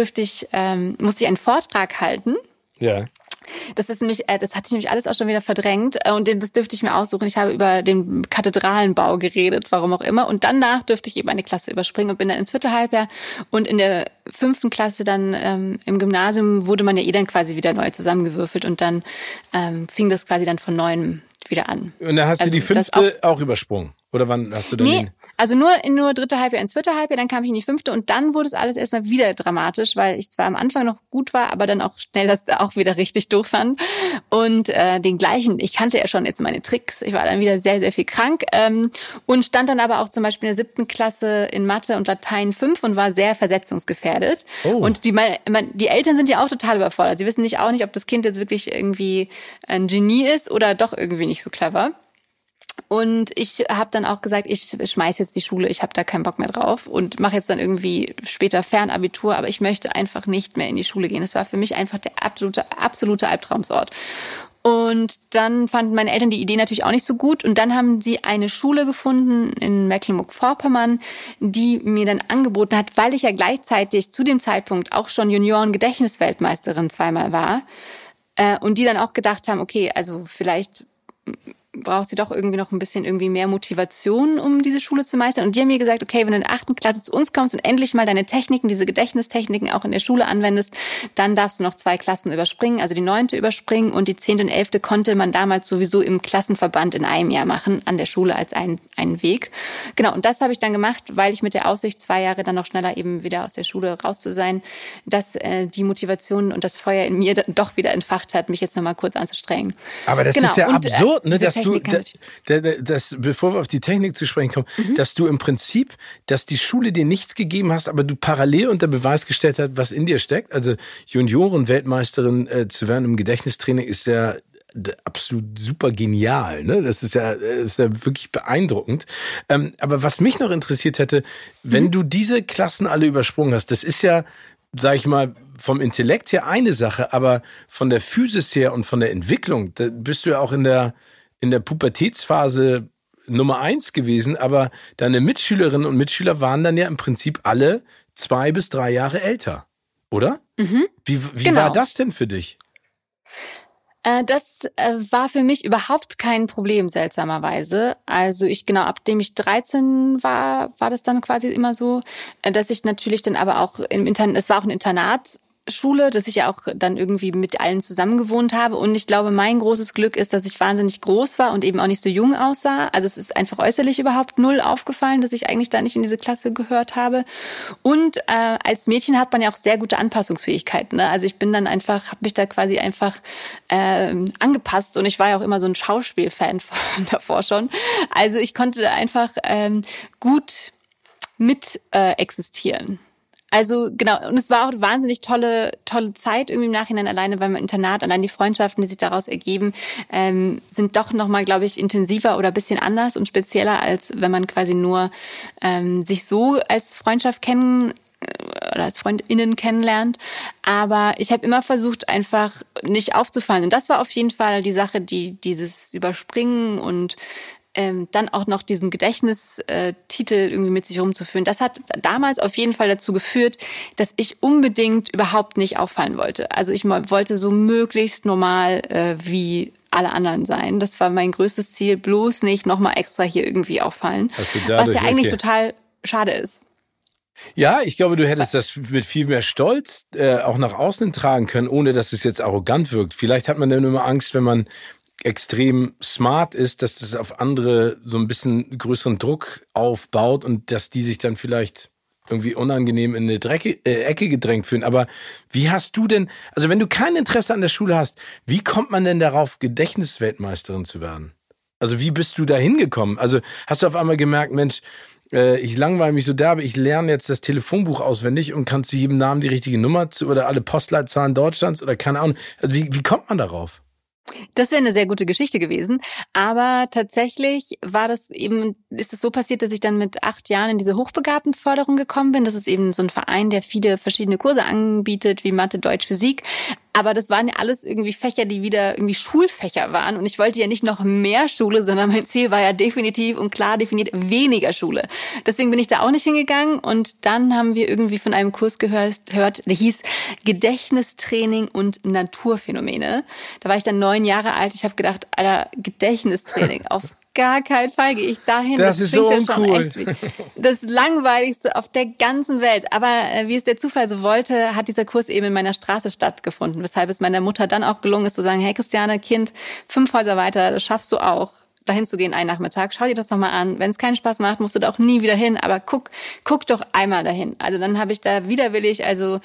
einen Vortrag halten. Ja. Das hatte ich nämlich alles auch schon wieder verdrängt und das dürfte ich mir aussuchen. Ich habe über den Kathedralenbau geredet, warum auch immer. Und danach dürfte ich eben eine Klasse überspringen und bin dann ins 4. Halbjahr. Und in der 5. Klasse dann im Gymnasium wurde man ja dann quasi wieder neu zusammengewürfelt und dann fing das quasi dann von neuem wieder an. Und dann hast du die 5. auch übersprungen? Oder wann hast du dann also nur 3. Halbjahr ins 4. Halbjahr, dann kam ich in die 5. und dann wurde es alles erstmal wieder dramatisch, weil ich zwar am Anfang noch gut war, aber dann auch schnell das auch wieder richtig doof fand. Und ich kannte ja schon jetzt meine Tricks. Ich war dann wieder sehr, sehr viel krank und stand dann aber auch zum Beispiel in der 7. Klasse in Mathe und Latein 5 und war sehr versetzungsgefährdet. Oh. Und die Eltern sind ja auch total überfordert. Sie wissen auch nicht, ob das Kind jetzt wirklich irgendwie ein Genie ist oder doch irgendwie nicht so clever. Und ich habe dann auch gesagt, ich schmeiß jetzt die Schule, ich habe da keinen Bock mehr drauf und mache jetzt dann irgendwie später Fernabitur, aber ich möchte einfach nicht mehr in die Schule gehen. Das war für mich einfach der absolute Albtraumsort. Und dann fanden meine Eltern die Idee natürlich auch nicht so gut und dann haben sie eine Schule gefunden in Mecklenburg-Vorpommern, die mir dann angeboten hat, weil ich ja gleichzeitig zu dem Zeitpunkt auch schon Junioren-Gedächtnisweltmeisterin zweimal war und die dann auch gedacht haben, okay, also vielleicht braucht sie doch irgendwie noch ein bisschen mehr Motivation, um diese Schule zu meistern. Und die haben mir gesagt, okay, wenn du in der 8. Klasse zu uns kommst und endlich mal deine Techniken, diese Gedächtnistechniken auch in der Schule anwendest, dann darfst du noch 2 Klassen überspringen, also die 9. überspringen und die 10. und 11. konnte man damals sowieso im Klassenverband in einem Jahr machen, an der Schule als einen Weg. Genau, und das habe ich dann gemacht, weil ich mit der Aussicht, 2 Jahre dann noch schneller eben wieder aus der Schule raus zu sein, dass die Motivation und das Feuer in mir doch wieder entfacht hat, mich jetzt nochmal kurz anzustrengen. Aber das ist ja absurd, ne, dass bevor wir auf die Technik zu sprechen kommen, dass du im Prinzip, dass die Schule dir nichts gegeben hast, aber du parallel unter Beweis gestellt hast, was in dir steckt. Also Junioren-Weltmeisterin zu werden im Gedächtnistraining ist ja absolut super genial, ne? Das ist ja wirklich beeindruckend. Aber was mich noch interessiert hätte, wenn du diese Klassen alle übersprungen hast, das ist ja, sag ich mal, vom Intellekt her eine Sache, aber von der Physis her und von der Entwicklung, da bist du ja auch in der Pubertätsphase Nummer 1 gewesen, aber deine Mitschülerinnen und Mitschüler waren dann ja im Prinzip alle 2 bis 3 Jahre älter, oder? Wie genau. war das denn für dich? Das war für mich überhaupt kein Problem, seltsamerweise. Also abdem ich 13 war das dann quasi immer so, dass ich natürlich dann aber auch es war auch ein Internatsschule, dass ich ja auch dann irgendwie mit allen zusammen gewohnt habe. Und ich glaube, mein großes Glück ist, dass ich wahnsinnig groß war und eben auch nicht so jung aussah. Also es ist einfach äußerlich überhaupt null aufgefallen, dass ich eigentlich da nicht in diese Klasse gehört habe. Und als Mädchen hat man ja auch sehr gute Anpassungsfähigkeiten. Ne? Also ich bin dann habe mich da quasi einfach angepasst und ich war ja auch immer so ein Schauspielfan davor schon. Also ich konnte da einfach gut mit existieren. Also genau, und es war auch eine wahnsinnig tolle Zeit irgendwie im Nachhinein, alleine beim Internat, allein die Freundschaften, die sich daraus ergeben, sind doch nochmal, glaube ich, intensiver oder ein bisschen anders und spezieller, als wenn man quasi nur sich so als Freundschaft oder als FreundInnen kennenlernt. Aber ich habe immer versucht, einfach nicht aufzufallen. Und das war auf jeden Fall die Sache, die dieses Überspringen und dann auch noch diesen Gedächtnistitel irgendwie mit sich rumzuführen, das hat damals auf jeden Fall dazu geführt, dass ich unbedingt überhaupt nicht auffallen wollte. Also ich wollte so möglichst normal wie alle anderen sein. Das war mein größtes Ziel, bloß nicht nochmal extra hier irgendwie auffallen. Was ja eigentlich total schade ist. Ja, ich glaube, du hättest das mit viel mehr Stolz auch nach außen tragen können, ohne dass es jetzt arrogant wirkt. Vielleicht hat man dann immer Angst, wenn man extrem smart ist, dass das auf andere so ein bisschen größeren Druck aufbaut und dass die sich dann vielleicht irgendwie unangenehm in eine Ecke gedrängt fühlen. Aber wie hast du denn, also wenn du kein Interesse an der Schule hast, wie kommt man denn darauf, Gedächtnisweltmeisterin zu werden? Also wie bist du da hingekommen? Also hast du auf einmal gemerkt, Mensch, ich langweile mich so derbe, ich lerne jetzt das Telefonbuch auswendig und kann zu jedem Namen die richtige Nummer oder alle Postleitzahlen Deutschlands oder keine Ahnung. Also wie kommt man darauf? Das wäre eine sehr gute Geschichte gewesen. Aber tatsächlich ist es so passiert, dass ich dann mit 8 Jahren in diese Hochbegabtenförderung gekommen bin. Das ist eben so ein Verein, der viele verschiedene Kurse anbietet, wie Mathe, Deutsch, Physik. Aber das waren ja alles irgendwie Fächer, die wieder irgendwie Schulfächer waren. Und ich wollte ja nicht noch mehr Schule, sondern mein Ziel war ja definitiv und klar definiert weniger Schule. Deswegen bin ich da auch nicht hingegangen. Und dann haben wir irgendwie von einem Kurs gehört, der hieß Gedächtnistraining und Naturphänomene. Da war ich dann 9 Jahre alt. Ich habe gedacht, Alter, Gedächtnistraining auf gar keinen Fall gehe ich dahin. Das ist so uncool. Das Langweiligste auf der ganzen Welt. Aber wie es der Zufall so wollte, hat dieser Kurs eben in meiner Straße stattgefunden. Weshalb es meiner Mutter dann auch gelungen ist zu sagen, hey Christiane, Kind, 5 Häuser weiter, das schaffst du auch, dahin zu gehen einen Nachmittag. Schau dir das doch mal an. Wenn es keinen Spaß macht, musst du da auch nie wieder hin. Aber guck doch einmal dahin. Also dann habe ich da widerwillig,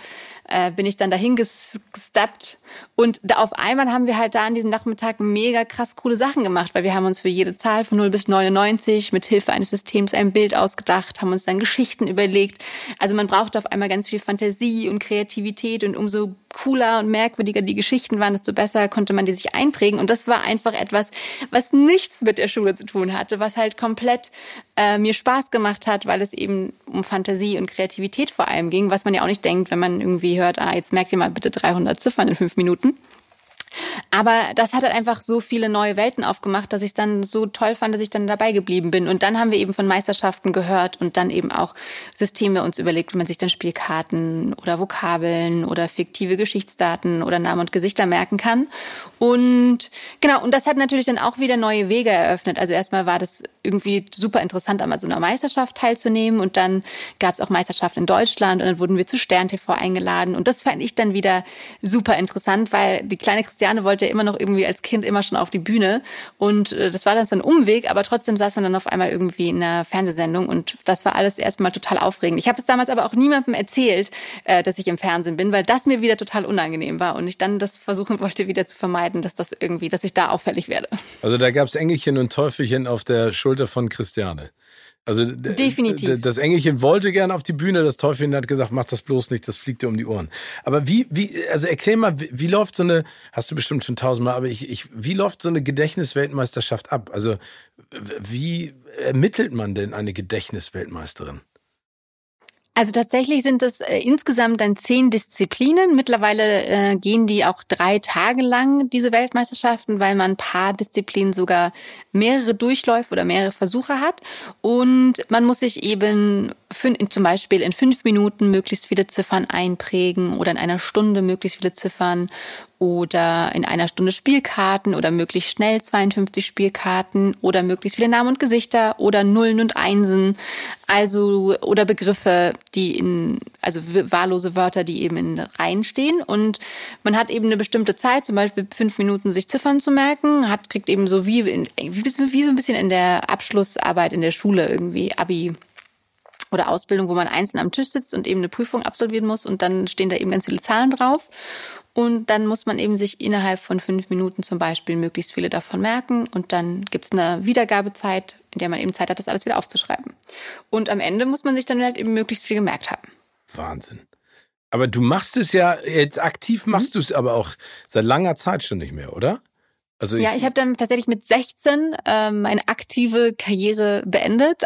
bin ich dann dahin gesteppt und da auf einmal haben wir halt da an diesem Nachmittag mega krass coole Sachen gemacht, weil wir haben uns für jede Zahl von 0 bis 99 mit Hilfe eines Systems ein Bild ausgedacht, haben uns dann Geschichten überlegt. Also man brauchte auf einmal ganz viel Fantasie und Kreativität und umso cooler und merkwürdiger die Geschichten waren, desto besser konnte man die sich einprägen. Und das war einfach etwas, was nichts mit der Schule zu tun hatte, was halt komplett mir Spaß gemacht hat, weil es eben um Fantasie und Kreativität vor allem ging, was man ja auch nicht denkt, wenn man irgendwie hört, jetzt merkt ihr mal bitte 300 Ziffern in 5 Minuten. Aber das hat halt einfach so viele neue Welten aufgemacht, dass ich es dann so toll fand, dass ich dann dabei geblieben bin. Und dann haben wir eben von Meisterschaften gehört und dann eben auch Systeme uns überlegt, wie man sich dann Spielkarten oder Vokabeln oder fiktive Geschichtsdaten oder Namen und Gesichter merken kann. Und genau, und das hat natürlich dann auch wieder neue Wege eröffnet. Also erstmal war das irgendwie super interessant, an so einer Meisterschaft teilzunehmen. Und dann gab es auch Meisterschaften in Deutschland und dann wurden wir zu Stern TV eingeladen. Und das fand ich dann wieder super interessant, weil die kleine Christiane wollte ja immer noch irgendwie als Kind immer schon auf die Bühne und das war dann so ein Umweg, aber trotzdem saß man dann auf einmal irgendwie in einer Fernsehsendung und das war alles erstmal total aufregend. Ich habe es damals aber auch niemandem erzählt, dass ich im Fernsehen bin, weil das mir wieder total unangenehm war und ich dann das versuchen wollte wieder zu vermeiden, dass ich da auffällig werde. Also da gab es Engelchen und Teufelchen auf der Schulter von Christiane. Also definitiv. Das Engelchen wollte gerne auf die Bühne, das Teufelchen hat gesagt, mach das bloß nicht, das fliegt dir um die Ohren. Aber also erklär mal, wie läuft so eine, hast du bestimmt schon 1000-mal, aber wie läuft so eine Gedächtnisweltmeisterschaft ab? Also wie ermittelt man denn eine Gedächtnisweltmeisterin? Also tatsächlich sind es insgesamt dann 10 Disziplinen. Mittlerweile gehen die auch 3 Tage lang, diese Weltmeisterschaften, weil man ein paar Disziplinen sogar mehrere Durchläufe oder mehrere Versuche hat. Und man muss sich eben zum Beispiel in 5 Minuten möglichst viele Ziffern einprägen oder in einer Stunde möglichst viele Ziffern oder in einer Stunde Spielkarten oder möglichst schnell 52 Spielkarten oder möglichst viele Namen und Gesichter oder Nullen und Einsen, also oder Begriffe, also wahllose Wörter, die eben in Reihen stehen und man hat eben eine bestimmte Zeit, zum Beispiel 5 Minuten sich Ziffern zu merken, kriegt eben so wie so ein bisschen in der Abschlussarbeit in der Schule irgendwie Abi oder Ausbildung, wo man einzeln am Tisch sitzt und eben eine Prüfung absolvieren muss und dann stehen da eben ganz viele Zahlen drauf. Und dann muss man eben sich innerhalb von 5 Minuten zum Beispiel möglichst viele davon merken. Und dann gibt es eine Wiedergabezeit, in der man eben Zeit hat, das alles wieder aufzuschreiben. Und am Ende muss man sich dann halt eben möglichst viel gemerkt haben. Wahnsinn. Aber du machst es ja, jetzt aktiv machst du es aber auch seit langer Zeit schon nicht mehr, oder? Also ich habe dann tatsächlich mit 16 meine aktive Karriere beendet.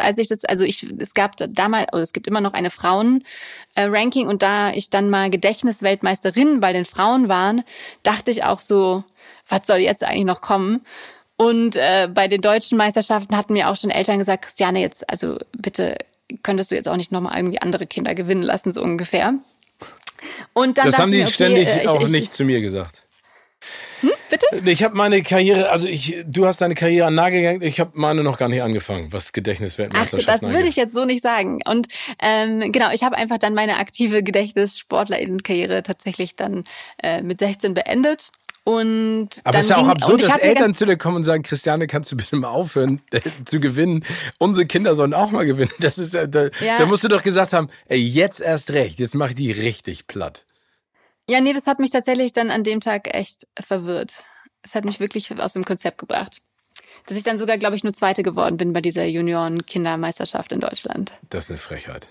Es gab damals, also es gibt immer noch eine Frauen-Ranking und da ich dann mal Gedächtnisweltmeisterin bei den Frauen waren, dachte ich auch so, was soll jetzt eigentlich noch kommen? Und bei den deutschen Meisterschaften hatten mir auch schon Eltern gesagt, Christiane, jetzt, also bitte könntest du jetzt auch nicht nochmal irgendwie andere Kinder gewinnen lassen, so ungefähr. Und dann das haben die okay, ständig auch nicht zu mir gesagt. Bitte? Ich habe meine Karriere, du hast deine Karriere an den Nagel gehängt, ich habe meine noch gar nicht angefangen, was Gedächtnisweltmeisterschaften angeht. Das würde ich jetzt so nicht sagen. Und genau, ich habe einfach dann meine aktive Gedächtnissportlerinnenkarriere tatsächlich dann mit 16 beendet. Und aber es ist ja auch absurd, dass Eltern zu dir kommen und sagen, Christiane, kannst du bitte mal aufhören zu gewinnen? Unsere Kinder sollen auch mal gewinnen. Das ist da musst du doch gesagt haben, ey, jetzt erst recht, jetzt mache ich die richtig platt. Ja, nee, das hat mich tatsächlich dann an dem Tag echt verwirrt. Es hat mich wirklich aus dem Konzept gebracht. Dass ich dann sogar, glaube ich, nur Zweite geworden bin bei dieser Junioren-Kindermeisterschaft in Deutschland. Das ist eine Frechheit.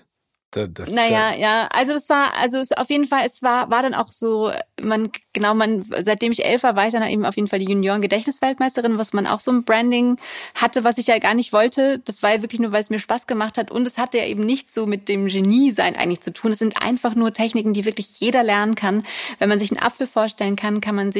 Ja, also es auf jeden Fall, es war dann auch so, seitdem ich 11 war ich dann eben auf jeden Fall die Junioren-Gedächtnisweltmeisterin, was man auch so ein Branding hatte, was ich ja gar nicht wollte. Das war ja wirklich nur, weil es mir Spaß gemacht hat und es hatte ja eben nicht so mit dem Genie-Sein eigentlich zu tun. Es sind einfach nur Techniken, die wirklich jeder lernen kann. Wenn man sich einen Apfel vorstellen kann man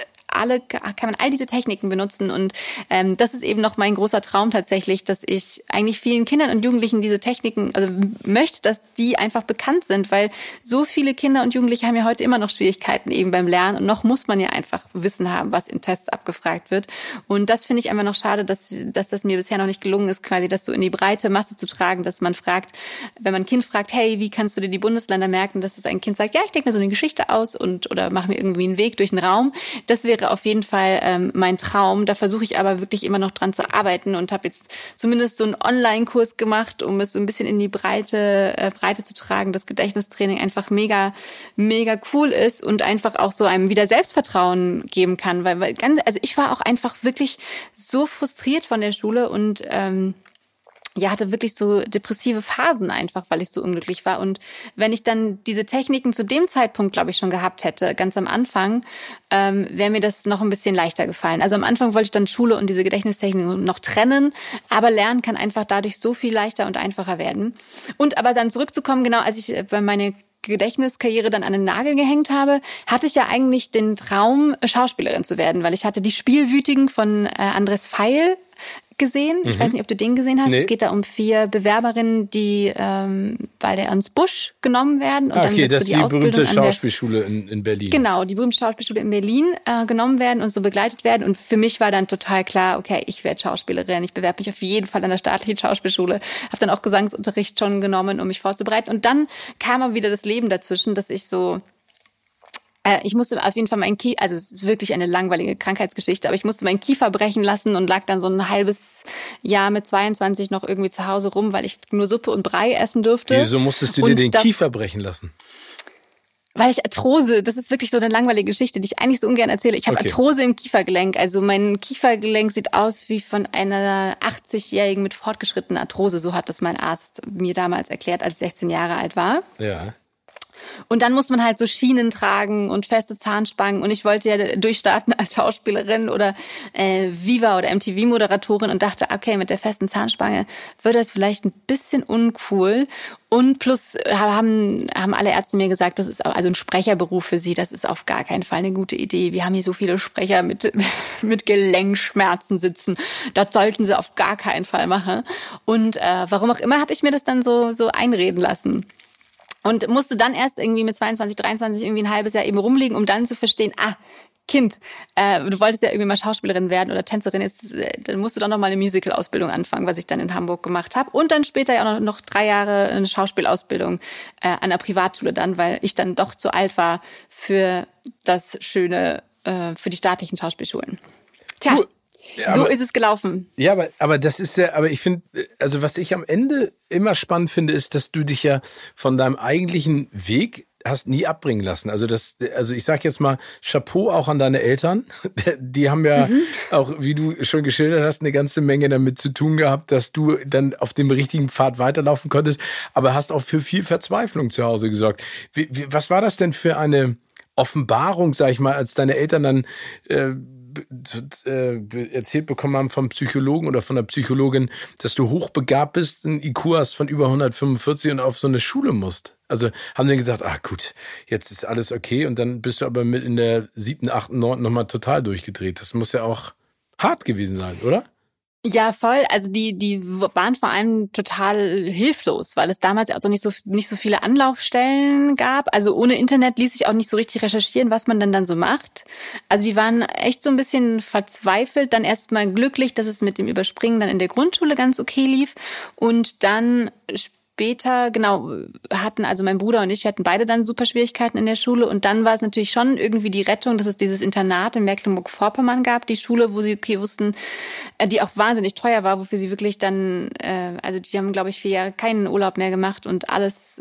all diese Techniken benutzen und das ist eben noch mein großer Traum tatsächlich, dass ich eigentlich vielen Kindern und Jugendlichen diese Techniken, also möchte, dass die einfach bekannt sind, weil so viele Kinder und Jugendliche haben ja heute immer noch Schwierigkeiten eben beim Lernen und noch muss man ja einfach Wissen haben, was in Tests abgefragt wird und das finde ich einfach noch schade, dass das mir bisher noch nicht gelungen ist, quasi das so in die breite Masse zu tragen, dass man fragt, wenn man ein Kind fragt, hey, wie kannst du dir die Bundesländer merken, dass das ein Kind sagt, ja, ich denke mir so eine Geschichte aus oder mache mir irgendwie einen Weg durch den Raum. Das wäre auf jeden Fall mein Traum. Da versuche ich aber wirklich immer noch dran zu arbeiten und habe jetzt zumindest so einen Online-Kurs gemacht, um es so ein bisschen in die Breite zu tragen, dass Gedächtnistraining einfach mega, mega cool ist und einfach auch so einem wieder Selbstvertrauen geben kann. Also ich war auch einfach wirklich so frustriert von der Schule und hatte wirklich so depressive Phasen einfach, weil ich so unglücklich war. Und wenn ich dann diese Techniken zu dem Zeitpunkt, glaube ich, schon gehabt hätte, ganz am Anfang, wäre mir das noch ein bisschen leichter gefallen. Also am Anfang wollte ich dann Schule und diese Gedächtnistechniken noch trennen, aber Lernen kann einfach dadurch so viel leichter und einfacher werden. Und aber dann zurückzukommen, genau, als ich bei meiner Gedächtniskarriere dann an den Nagel gehängt habe, hatte ich ja eigentlich den Traum, Schauspielerin zu werden, weil ich hatte die Spielwütigen von Andres Pfeil gesehen. Ich weiß nicht, ob du den gesehen hast. Nee. Es geht da um 4 Bewerberinnen, die bei der Ernst Busch genommen werden. Und dann das ist die berühmte Schauspielschule in Berlin. Genau, die berühmte Schauspielschule in Berlin genommen werden und so begleitet werden. Und für mich war dann total klar, okay, ich werde Schauspielerin. Ich bewerbe mich auf jeden Fall an der staatlichen Schauspielschule. Habe dann auch Gesangsunterricht schon genommen, um mich vorzubereiten. Und dann kam aber wieder das Leben dazwischen, dass ich so... Ich musste auf jeden Fall also es ist wirklich eine langweilige Krankheitsgeschichte, aber ich musste meinen Kiefer brechen lassen und lag dann so ein halbes Jahr mit 22 noch irgendwie zu Hause rum, weil ich nur Suppe und Brei essen durfte. Wieso musstest du dir den Kiefer brechen lassen? Weil ich Arthrose, das ist wirklich so eine langweilige Geschichte, die ich eigentlich so ungern erzähle. Ich habe Arthrose im Kiefergelenk. Also mein Kiefergelenk sieht aus wie von einer 80-Jährigen mit fortgeschrittener Arthrose. So hat das mein Arzt mir damals erklärt, als ich 16 Jahre alt war. Ja. Und dann muss man halt so Schienen tragen und feste Zahnspangen. Und ich wollte ja durchstarten als Schauspielerin oder Viva- oder MTV-Moderatorin und dachte, okay, mit der festen Zahnspange wird das vielleicht ein bisschen uncool. Und plus haben alle Ärzte mir gesagt, das ist also ein Sprecherberuf für sie, das ist auf gar keinen Fall eine gute Idee. Wir haben hier so viele Sprecher mit Gelenkschmerzen sitzen. Das sollten sie auf gar keinen Fall machen. Und warum auch immer habe ich mir das dann so einreden lassen. Und musste dann erst irgendwie mit 22, 23 irgendwie ein halbes Jahr eben rumliegen, um dann zu verstehen, Kind, du wolltest ja irgendwie mal Schauspielerin werden oder Tänzerin, dann musst du doch noch mal eine Musical-Ausbildung anfangen, was ich dann in Hamburg gemacht habe. Und dann später ja auch noch 3 Jahre eine Schauspielausbildung an einer Privatschule dann, weil ich dann doch zu alt war für das Schöne, für die staatlichen Schauspielschulen. Tja. Ja, so ist es gelaufen. Ja, aber das ist ja, aber ich finde, also was ich am Ende immer spannend finde, ist, dass du dich ja von deinem eigentlichen Weg hast nie abbringen lassen. Also ich sag jetzt mal Chapeau auch an deine Eltern. Die haben ja auch, wie du schon geschildert hast, eine ganze Menge damit zu tun gehabt, dass du dann auf dem richtigen Pfad weiterlaufen konntest, aber hast auch für viel Verzweiflung zu Hause gesorgt. Was war das denn für eine Offenbarung, sag ich mal, als deine Eltern dann erzählt bekommen haben vom Psychologen oder von der Psychologin, dass du hochbegabt bist, ein IQ hast von über 145 und auf so eine Schule musst. Also haben die gesagt, gut, jetzt ist alles okay und dann bist du aber mit in der 7., 8., 9. nochmal total durchgedreht. Das muss ja auch hart gewesen sein, oder? Ja, voll. Also die waren vor allem total hilflos, weil es damals also nicht so viele Anlaufstellen gab. Also ohne Internet ließ sich auch nicht so richtig recherchieren, was man denn dann so macht. Also die waren echt so ein bisschen verzweifelt, dann erst mal glücklich, dass es mit dem Überspringen dann in der Grundschule ganz okay lief und dann später, genau, hatten also mein Bruder und ich, wir hatten beide dann super Schwierigkeiten in der Schule und dann war es natürlich schon irgendwie die Rettung, dass es dieses Internat in Mecklenburg-Vorpommern gab, die Schule, wo sie okay wussten, die auch wahnsinnig teuer war, wofür sie wirklich dann, also die haben, glaube ich, 4 Jahre keinen Urlaub mehr gemacht und alles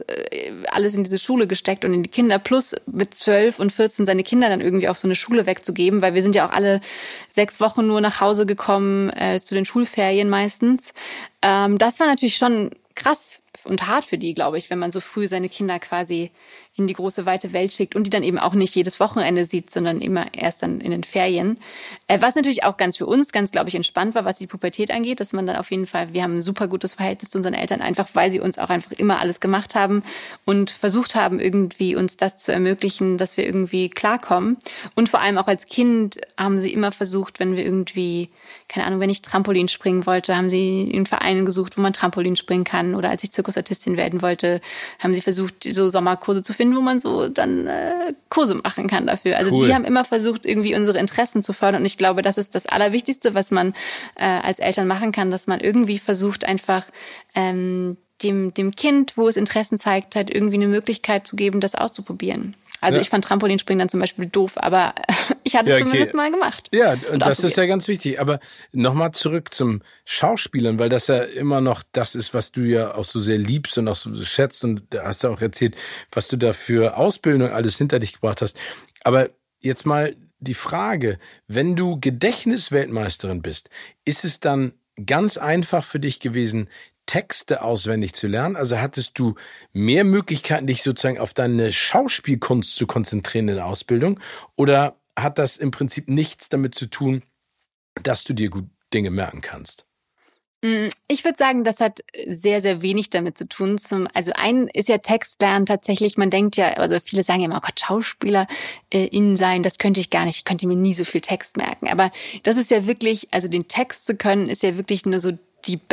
in diese Schule gesteckt und in die Kinder, plus mit 12 und 14 seine Kinder dann irgendwie auf so eine Schule wegzugeben, weil wir sind ja auch alle 6 Wochen nur nach Hause gekommen, zu den Schulferien meistens. Das war natürlich schon krass und hart für die, glaube ich, wenn man so früh seine Kinder quasi in die große, weite Welt schickt und die dann eben auch nicht jedes Wochenende sieht, sondern immer erst dann in den Ferien. Was natürlich auch ganz für uns, ganz, glaube ich, entspannt war, was die Pubertät angeht, dass man dann auf jeden Fall, wir haben ein super gutes Verhältnis zu unseren Eltern, einfach weil sie uns auch einfach immer alles gemacht haben und versucht haben, irgendwie uns das zu ermöglichen, dass wir irgendwie klarkommen. Und vor allem auch als Kind haben sie immer versucht, wenn wir irgendwie, keine Ahnung, wenn ich Trampolin springen wollte, haben sie in Vereinen gesucht, wo man Trampolin springen kann. Oder als ich Zirkusartistin werden wollte, haben sie versucht, so Sommerkurse zu finden, wo man so dann Kurse machen kann dafür. Also Cool. Die haben immer versucht, irgendwie unsere Interessen zu fördern. Und ich glaube, das ist das Allerwichtigste, was man als Eltern machen kann, dass man irgendwie versucht, einfach dem Kind, wo es Interessen zeigt, halt irgendwie eine Möglichkeit zu geben, das auszuprobieren. Also ich fand Trampolinspringen dann zum Beispiel doof, aber ich hatte es zumindest mal gemacht. Ja, und das ist ja ganz wichtig. Aber nochmal zurück zum Schauspielern, weil das ja immer noch das ist, was du ja auch so sehr liebst und auch so schätzt. Und da hast du auch erzählt, was du da für Ausbildung alles hinter dich gebracht hast. Aber jetzt mal die Frage, wenn du Gedächtnisweltmeisterin bist, ist es dann ganz einfach für dich gewesen, Texte auswendig zu lernen? Also hattest du mehr Möglichkeiten, dich sozusagen auf deine Schauspielkunst zu konzentrieren in der Ausbildung? Oder hat das im Prinzip nichts damit zu tun, dass du dir gut Dinge merken kannst? Ich würde sagen, das hat sehr, sehr wenig damit zu tun. Also ein ist ja Textlernen tatsächlich, man denkt ja, also viele sagen ja immer, oh Gott, Schauspielerin sein, das könnte ich gar nicht, ich könnte mir nie so viel Text merken. Aber das ist ja wirklich, also den Text zu können, ist ja wirklich nur so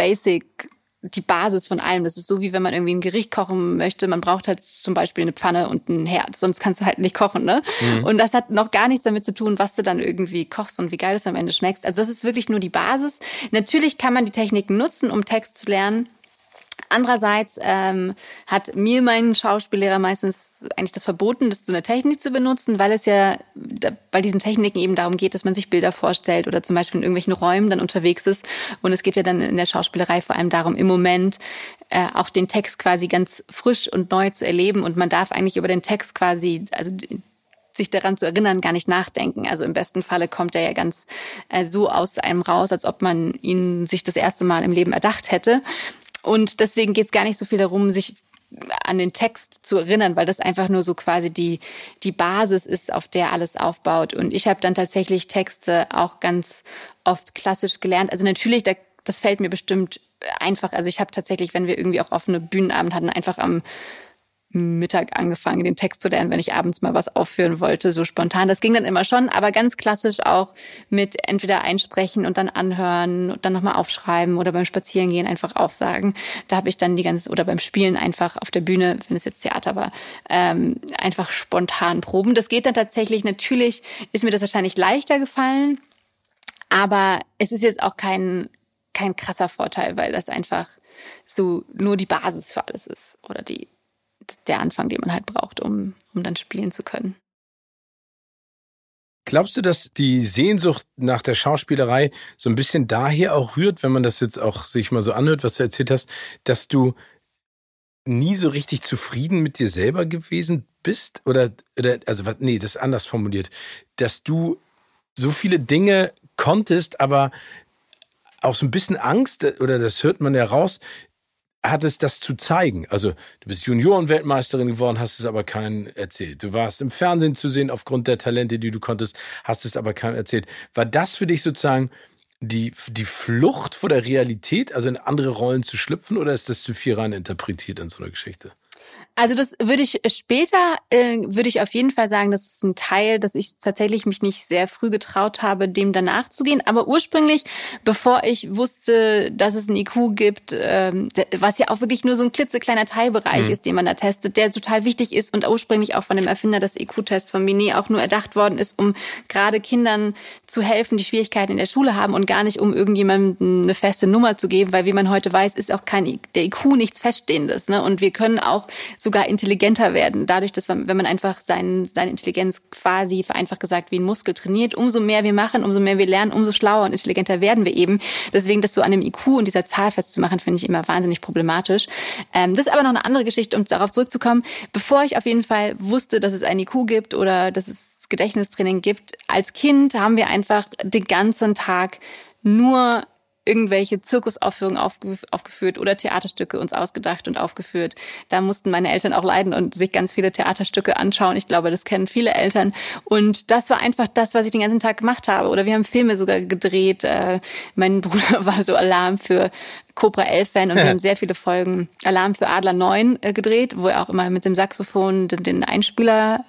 die Basis von allem. Das ist so, wie wenn man irgendwie ein Gericht kochen möchte. Man braucht halt zum Beispiel eine Pfanne und einen Herd. Sonst kannst du halt nicht kochen, ne? Mhm. Und das hat noch gar nichts damit zu tun, was du dann irgendwie kochst und wie geil es am Ende schmeckst. Also das ist wirklich nur die Basis. Natürlich kann man die Techniken nutzen, um Text zu lernen. Andererseits hat mir mein Schauspiellehrer meistens eigentlich das verboten, das so eine Technik zu benutzen, weil es ja bei diesen Techniken eben darum geht, dass man sich Bilder vorstellt oder zum Beispiel in irgendwelchen Räumen dann unterwegs ist. Und es geht ja dann in der Schauspielerei vor allem darum, im Moment auch den Text quasi ganz frisch und neu zu erleben. Und man darf eigentlich über den Text quasi, also sich daran zu erinnern, gar nicht nachdenken. Also im besten Falle kommt er ja ganz so aus einem raus, als ob man ihn sich das erste Mal im Leben erdacht hätte. Und deswegen geht es gar nicht so viel darum, sich an den Text zu erinnern, weil das einfach nur so quasi die Basis ist, auf der alles aufbaut. Und ich habe dann tatsächlich Texte auch ganz oft klassisch gelernt. Also natürlich, das fällt mir bestimmt einfach. Also ich habe tatsächlich, wenn wir irgendwie auch offene Bühnenabend hatten, einfach am Mittag angefangen, den Text zu lernen, wenn ich abends mal was aufführen wollte, so spontan. Das ging dann immer schon, aber ganz klassisch auch mit entweder einsprechen und dann anhören und dann nochmal aufschreiben oder beim Spazierengehen einfach aufsagen. Da habe ich dann oder beim Spielen einfach auf der Bühne, wenn es jetzt Theater war, einfach spontan proben. Das geht dann tatsächlich, natürlich ist mir das wahrscheinlich leichter gefallen, aber es ist jetzt auch kein krasser Vorteil, weil das einfach so nur die Basis für alles ist oder der Anfang, den man halt braucht, um dann spielen zu können. Glaubst du, dass die Sehnsucht nach der Schauspielerei so ein bisschen daher auch rührt, wenn man das jetzt auch sich mal so anhört, was du erzählt hast, dass du nie so richtig zufrieden mit dir selber gewesen bist? Oder das ist anders formuliert, dass du so viele Dinge konntest, aber auch so ein bisschen Angst, oder das hört man ja raus, hattest das zu zeigen. Also du bist Juniorenweltmeisterin geworden, hast es aber keinen erzählt. Du warst im Fernsehen zu sehen aufgrund der Talente, die du konntest, hast es aber keinen erzählt. War das für dich sozusagen die Flucht vor der Realität, also in andere Rollen zu schlüpfen, oder ist das zu viel rein interpretiert in so einer Geschichte? Also das würde ich später, würde ich auf jeden Fall sagen, das ist ein Teil, dass ich tatsächlich mich nicht sehr früh getraut habe, dem danach zu gehen. Aber ursprünglich, bevor ich wusste, dass es ein IQ gibt, was ja auch wirklich nur so ein klitzekleiner Teilbereich ist, den man da testet, der total wichtig ist und ursprünglich auch von dem Erfinder des IQ-Tests von Binet auch nur erdacht worden ist, um gerade Kindern zu helfen, die Schwierigkeiten in der Schule haben und gar nicht, um irgendjemandem eine feste Nummer zu geben, weil wie man heute weiß, ist auch der IQ nichts Feststehendes. Ne? Und wir können auch sogar intelligenter werden. Dadurch, dass wenn man einfach seine Intelligenz quasi vereinfacht gesagt wie ein Muskel trainiert, umso mehr wir machen, umso mehr wir lernen, umso schlauer und intelligenter werden wir eben. Deswegen das so an dem IQ und dieser Zahl festzumachen, finde ich immer wahnsinnig problematisch. Das ist aber noch eine andere Geschichte, um darauf zurückzukommen. Bevor ich auf jeden Fall wusste, dass es ein IQ gibt oder dass es Gedächtnistraining gibt, als Kind haben wir einfach den ganzen Tag nur irgendwelche Zirkusaufführungen aufgeführt oder Theaterstücke uns ausgedacht und aufgeführt. Da mussten meine Eltern auch leiden und sich ganz viele Theaterstücke anschauen. Ich glaube, das kennen viele Eltern. Und das war einfach das, was ich den ganzen Tag gemacht habe. Oder wir haben Filme sogar gedreht. Mein Bruder war so Alarm für Cobra 11-Fan und wir haben sehr viele Folgen Alarm für Adler 9 gedreht, wo er auch immer mit dem Saxophon den Einspieler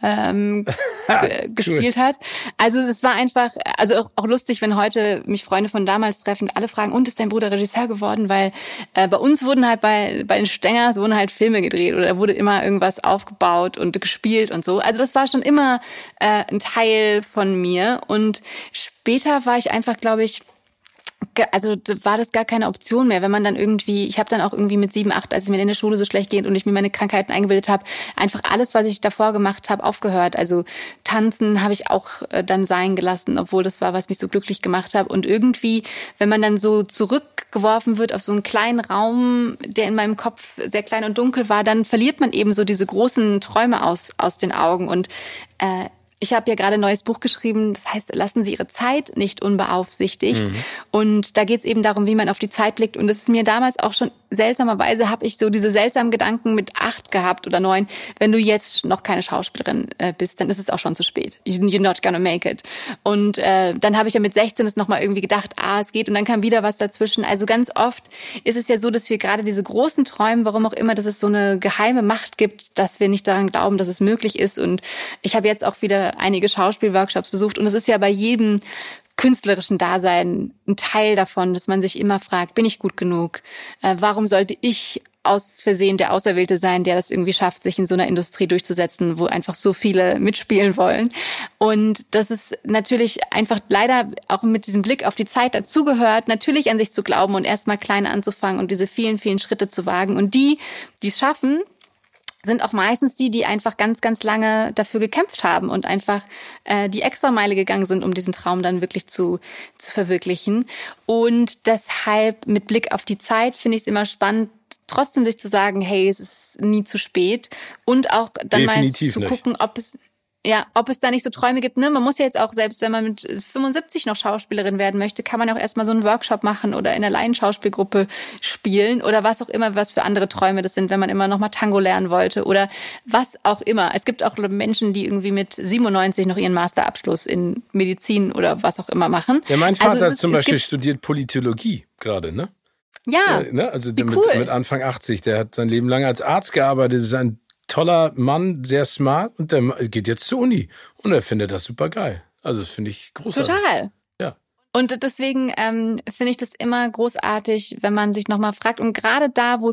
gespielt hat. Also es war einfach, also auch lustig, wenn heute mich Freunde von damals treffen und alle fragen, und ist dein Bruder Regisseur geworden? Weil bei uns wurden halt bei den Stengers wurden halt Filme gedreht oder da wurde immer irgendwas aufgebaut und gespielt und so. Also das war schon immer ein Teil von mir und später war ich einfach, glaube ich, also war das gar keine Option mehr, wenn man dann irgendwie, ich habe dann auch irgendwie mit 7, 8, als es mir in der Schule so schlecht geht und ich mir meine Krankheiten eingebildet habe, einfach alles, was ich davor gemacht habe, aufgehört. Also tanzen habe ich auch dann sein gelassen, obwohl das war, was mich so glücklich gemacht hat. Und irgendwie, wenn man dann so zurückgeworfen wird auf so einen kleinen Raum, der in meinem Kopf sehr klein und dunkel war, dann verliert man eben so diese großen Träume aus den Augen. Und ich habe ja gerade ein neues Buch geschrieben, das heißt, lassen Sie Ihre Zeit nicht unbeaufsichtigt. Und da geht es eben darum, wie man auf die Zeit blickt. Und das ist mir damals auch schon, seltsamerweise habe ich so diese seltsamen Gedanken mit 8 gehabt oder 9. Wenn du jetzt noch keine Schauspielerin bist, dann ist es auch schon zu spät. You're not gonna make it. Und dann habe ich ja mit 16 es nochmal irgendwie gedacht, es geht. Und dann kam wieder was dazwischen. Also ganz oft ist es ja so, dass wir gerade diese großen Träume, warum auch immer, dass es so eine geheime Macht gibt, dass wir nicht daran glauben, dass es möglich ist. Und ich habe jetzt auch wieder einige Schauspielworkshops besucht und es ist ja bei jedem künstlerischen Dasein ein Teil davon, dass man sich immer fragt, bin ich gut genug? Warum sollte ich aus Versehen der Auserwählte sein, der das irgendwie schafft, sich in so einer Industrie durchzusetzen, wo einfach so viele mitspielen wollen? Und das ist natürlich einfach leider auch mit diesem Blick auf die Zeit dazugehört, natürlich an sich zu glauben und erstmal klein anzufangen und diese vielen, vielen Schritte zu wagen. Und die es schaffen, sind auch meistens die einfach ganz, ganz lange dafür gekämpft haben und einfach die Extrameile gegangen sind, um diesen Traum dann wirklich zu verwirklichen. Und deshalb mit Blick auf die Zeit finde ich es immer spannend, trotzdem sich zu sagen, hey, es ist nie zu spät und auch dann Definitiv mal zu gucken, ob es da nicht so Träume gibt. Ne? Man muss ja jetzt auch, selbst wenn man mit 75 noch Schauspielerin werden möchte, kann man auch erstmal so einen Workshop machen oder in einer Laienschauspielgruppe spielen oder was auch immer, was für andere Träume das sind, wenn man immer noch mal Tango lernen wollte oder was auch immer. Es gibt auch Menschen, die irgendwie mit 97 noch ihren Masterabschluss in Medizin oder was auch immer machen. Ja, mein Vater zum Beispiel studiert Politologie gerade, ne? Ja, also mit Anfang 80, der hat sein Leben lang als Arzt gearbeitet, ist ein toller Mann, sehr smart und der geht jetzt zur Uni und er findet das super geil. Also das finde ich großartig. Total. Ja. Und deswegen finde ich das immer großartig, wenn man sich nochmal fragt und gerade da, wo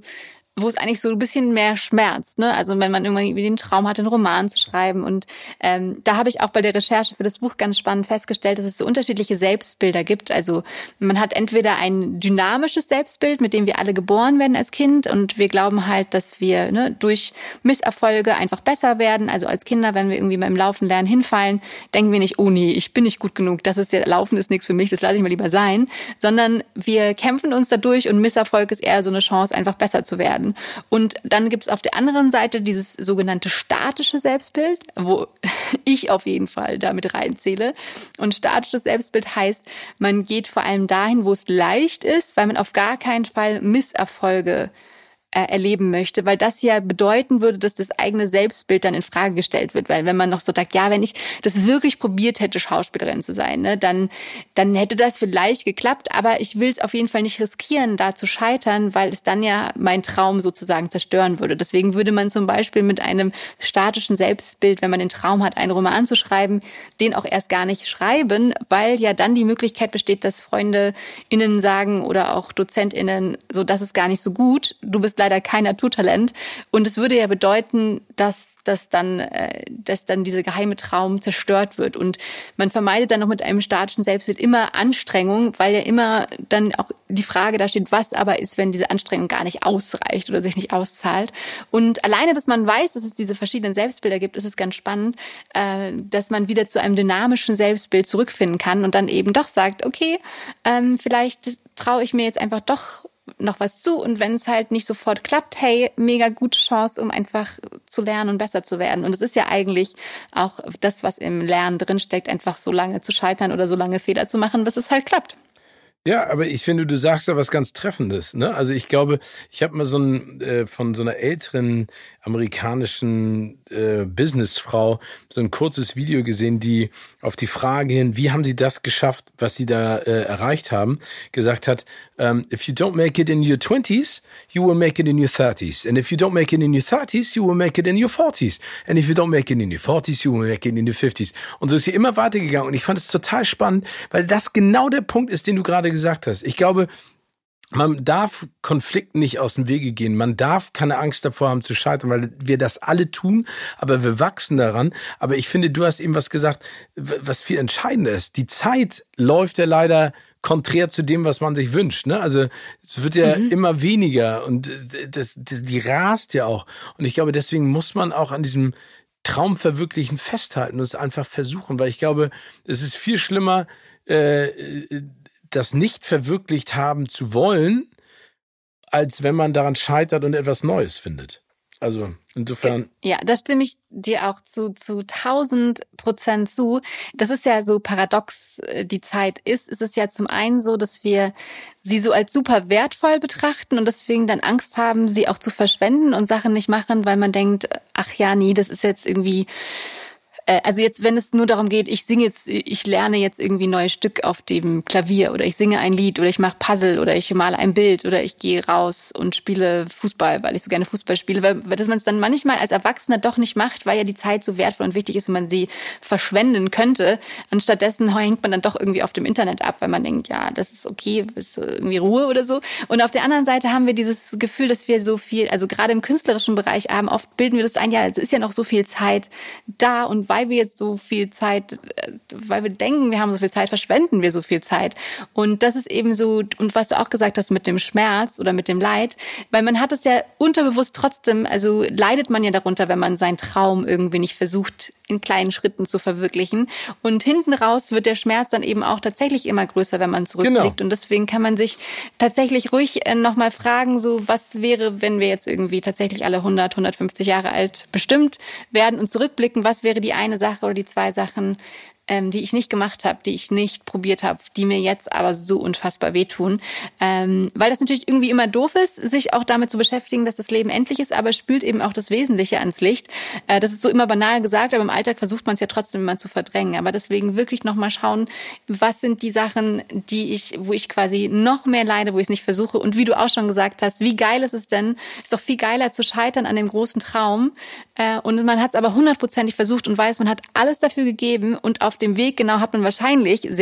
es eigentlich so ein bisschen mehr schmerzt, ne? Also wenn man irgendwie den Traum hat, einen Roman zu schreiben. Und da habe ich auch bei der Recherche für das Buch ganz spannend festgestellt, dass es so unterschiedliche Selbstbilder gibt. Also man hat entweder ein dynamisches Selbstbild, mit dem wir alle geboren werden als Kind und wir glauben halt, dass wir durch Misserfolge einfach besser werden. Also als Kinder, wenn wir irgendwie beim Laufen lernen hinfallen, denken wir nicht, oh nee, ich bin nicht gut genug, Laufen ist nichts für mich, das lasse ich mal lieber sein. Sondern wir kämpfen uns dadurch und Misserfolg ist eher so eine Chance, einfach besser zu werden. Und dann gibt es auf der anderen Seite dieses sogenannte statische Selbstbild, wo ich auf jeden Fall damit reinzähle. Und statisches Selbstbild heißt, man geht vor allem dahin, wo es leicht ist, weil man auf gar keinen Fall Misserfolge erleben möchte, weil das ja bedeuten würde, dass das eigene Selbstbild dann in Frage gestellt wird, weil wenn man noch so sagt, ja, wenn ich das wirklich probiert hätte, Schauspielerin zu sein, ne, dann hätte das vielleicht geklappt, aber ich will es auf jeden Fall nicht riskieren, da zu scheitern, weil es dann ja mein Traum sozusagen zerstören würde. Deswegen würde man zum Beispiel mit einem statischen Selbstbild, wenn man den Traum hat, einen Roman zu schreiben, den auch erst gar nicht schreiben, weil ja dann die Möglichkeit besteht, dass FreundInnen sagen oder auch DozentInnen, so, das ist gar nicht so gut, du bist leider kein Naturtalent. Und es würde ja bedeuten, dass dann dieser geheime Traum zerstört wird. Und man vermeidet dann noch mit einem statischen Selbstbild immer Anstrengung, weil ja immer dann auch die Frage da steht, was aber ist, wenn diese Anstrengung gar nicht ausreicht oder sich nicht auszahlt. Und alleine, dass man weiß, dass es diese verschiedenen Selbstbilder gibt, ist es ganz spannend, dass man wieder zu einem dynamischen Selbstbild zurückfinden kann und dann eben doch sagt, okay, vielleicht traue ich mir jetzt einfach doch noch was zu und wenn es halt nicht sofort klappt, hey, mega gute Chance, um einfach zu lernen und besser zu werden. Und es ist ja eigentlich auch das, was im Lernen drinsteckt, einfach so lange zu scheitern oder so lange Fehler zu machen, bis es halt klappt. Ja, aber ich finde, du sagst ja was ganz Treffendes, ne? Also ich glaube, ich habe mal von so einer älteren amerikanischen Businessfrau so ein kurzes Video gesehen, die auf die Frage hin, wie haben sie das geschafft, was sie da erreicht haben, gesagt hat, if you don't make it in your 20s, you will make it in your 30s. And if you don't make it in your 30s, you will make it in your 40s. And if you don't make it in your 40s, you will make it in your 50s. Und so ist sie immer weitergegangen. Und ich fand es total spannend, weil das genau der Punkt ist, den du gerade gesagt hast. Ich glaube, man darf Konflikten nicht aus dem Wege gehen. Man darf keine Angst davor haben zu scheitern, weil wir das alle tun, aber wir wachsen daran. Aber ich finde, du hast eben was gesagt, was viel entscheidender ist. Die Zeit läuft ja leider konträr zu dem, was man sich wünscht. Ne? Also es wird ja immer weniger und die rast ja auch. Und ich glaube, deswegen muss man auch an diesem Traumverwirklichen festhalten und es einfach versuchen, weil ich glaube, es ist viel schlimmer, das nicht verwirklicht haben zu wollen, als wenn man daran scheitert und etwas Neues findet. Also insofern. Ja, da stimme ich dir auch zu 1000% zu. Das ist ja so paradox, die Zeit ist. Es ist ja zum einen so, dass wir sie so als super wertvoll betrachten und deswegen dann Angst haben, sie auch zu verschwenden und Sachen nicht machen, weil man denkt, ach ja, nee, das ist jetzt irgendwie... Also jetzt, wenn es nur darum geht, ich lerne jetzt irgendwie ein neues Stück auf dem Klavier oder ich singe ein Lied oder ich mache Puzzle oder ich male ein Bild oder ich gehe raus und spiele Fußball, weil ich so gerne Fußball spiele, weil dass man es dann manchmal als Erwachsener doch nicht macht, weil ja die Zeit so wertvoll und wichtig ist und man sie verschwenden könnte. Anstattdessen hängt man dann doch irgendwie auf dem Internet ab, weil man denkt, ja, das ist okay, ist irgendwie Ruhe oder so. Und auf der anderen Seite haben wir dieses Gefühl, dass wir so viel, also gerade im künstlerischen Bereich haben, oft bilden wir das ein, ja, es ist ja noch so viel Zeit da und weil wir jetzt so viel Zeit, weil wir denken, wir haben so viel Zeit, verschwenden wir so viel Zeit. Und das ist eben so, und was du auch gesagt hast mit dem Schmerz oder mit dem Leid, weil man hat es ja unterbewusst trotzdem, also leidet man ja darunter, wenn man seinen Traum irgendwie nicht versucht, in kleinen Schritten zu verwirklichen. Und hinten raus wird der Schmerz dann eben auch tatsächlich immer größer, wenn man zurückblickt. Genau. Und deswegen kann man sich tatsächlich ruhig nochmal fragen, so was wäre, wenn wir jetzt irgendwie tatsächlich alle 150 Jahre alt bestimmt werden und zurückblicken, was wäre die eine Sache oder die zwei Sachen, die ich nicht gemacht habe, die ich nicht probiert habe, die mir jetzt aber so unfassbar wehtun. Weil das natürlich irgendwie immer doof ist, sich auch damit zu beschäftigen, dass das Leben endlich ist, aber es spült eben auch das Wesentliche ans Licht. Das ist so immer banal gesagt, aber im Alltag versucht man es ja trotzdem immer zu verdrängen. Aber deswegen wirklich nochmal schauen, was sind die Sachen, wo ich quasi noch mehr leide, wo ich es nicht versuche. Und wie du auch schon gesagt hast, wie geil ist es denn? Ist doch viel geiler zu scheitern an dem großen Traum. Und man hat es aber 100%ig versucht und weiß, man hat alles dafür gegeben und auf dem Weg genau hat man wahrscheinlich zu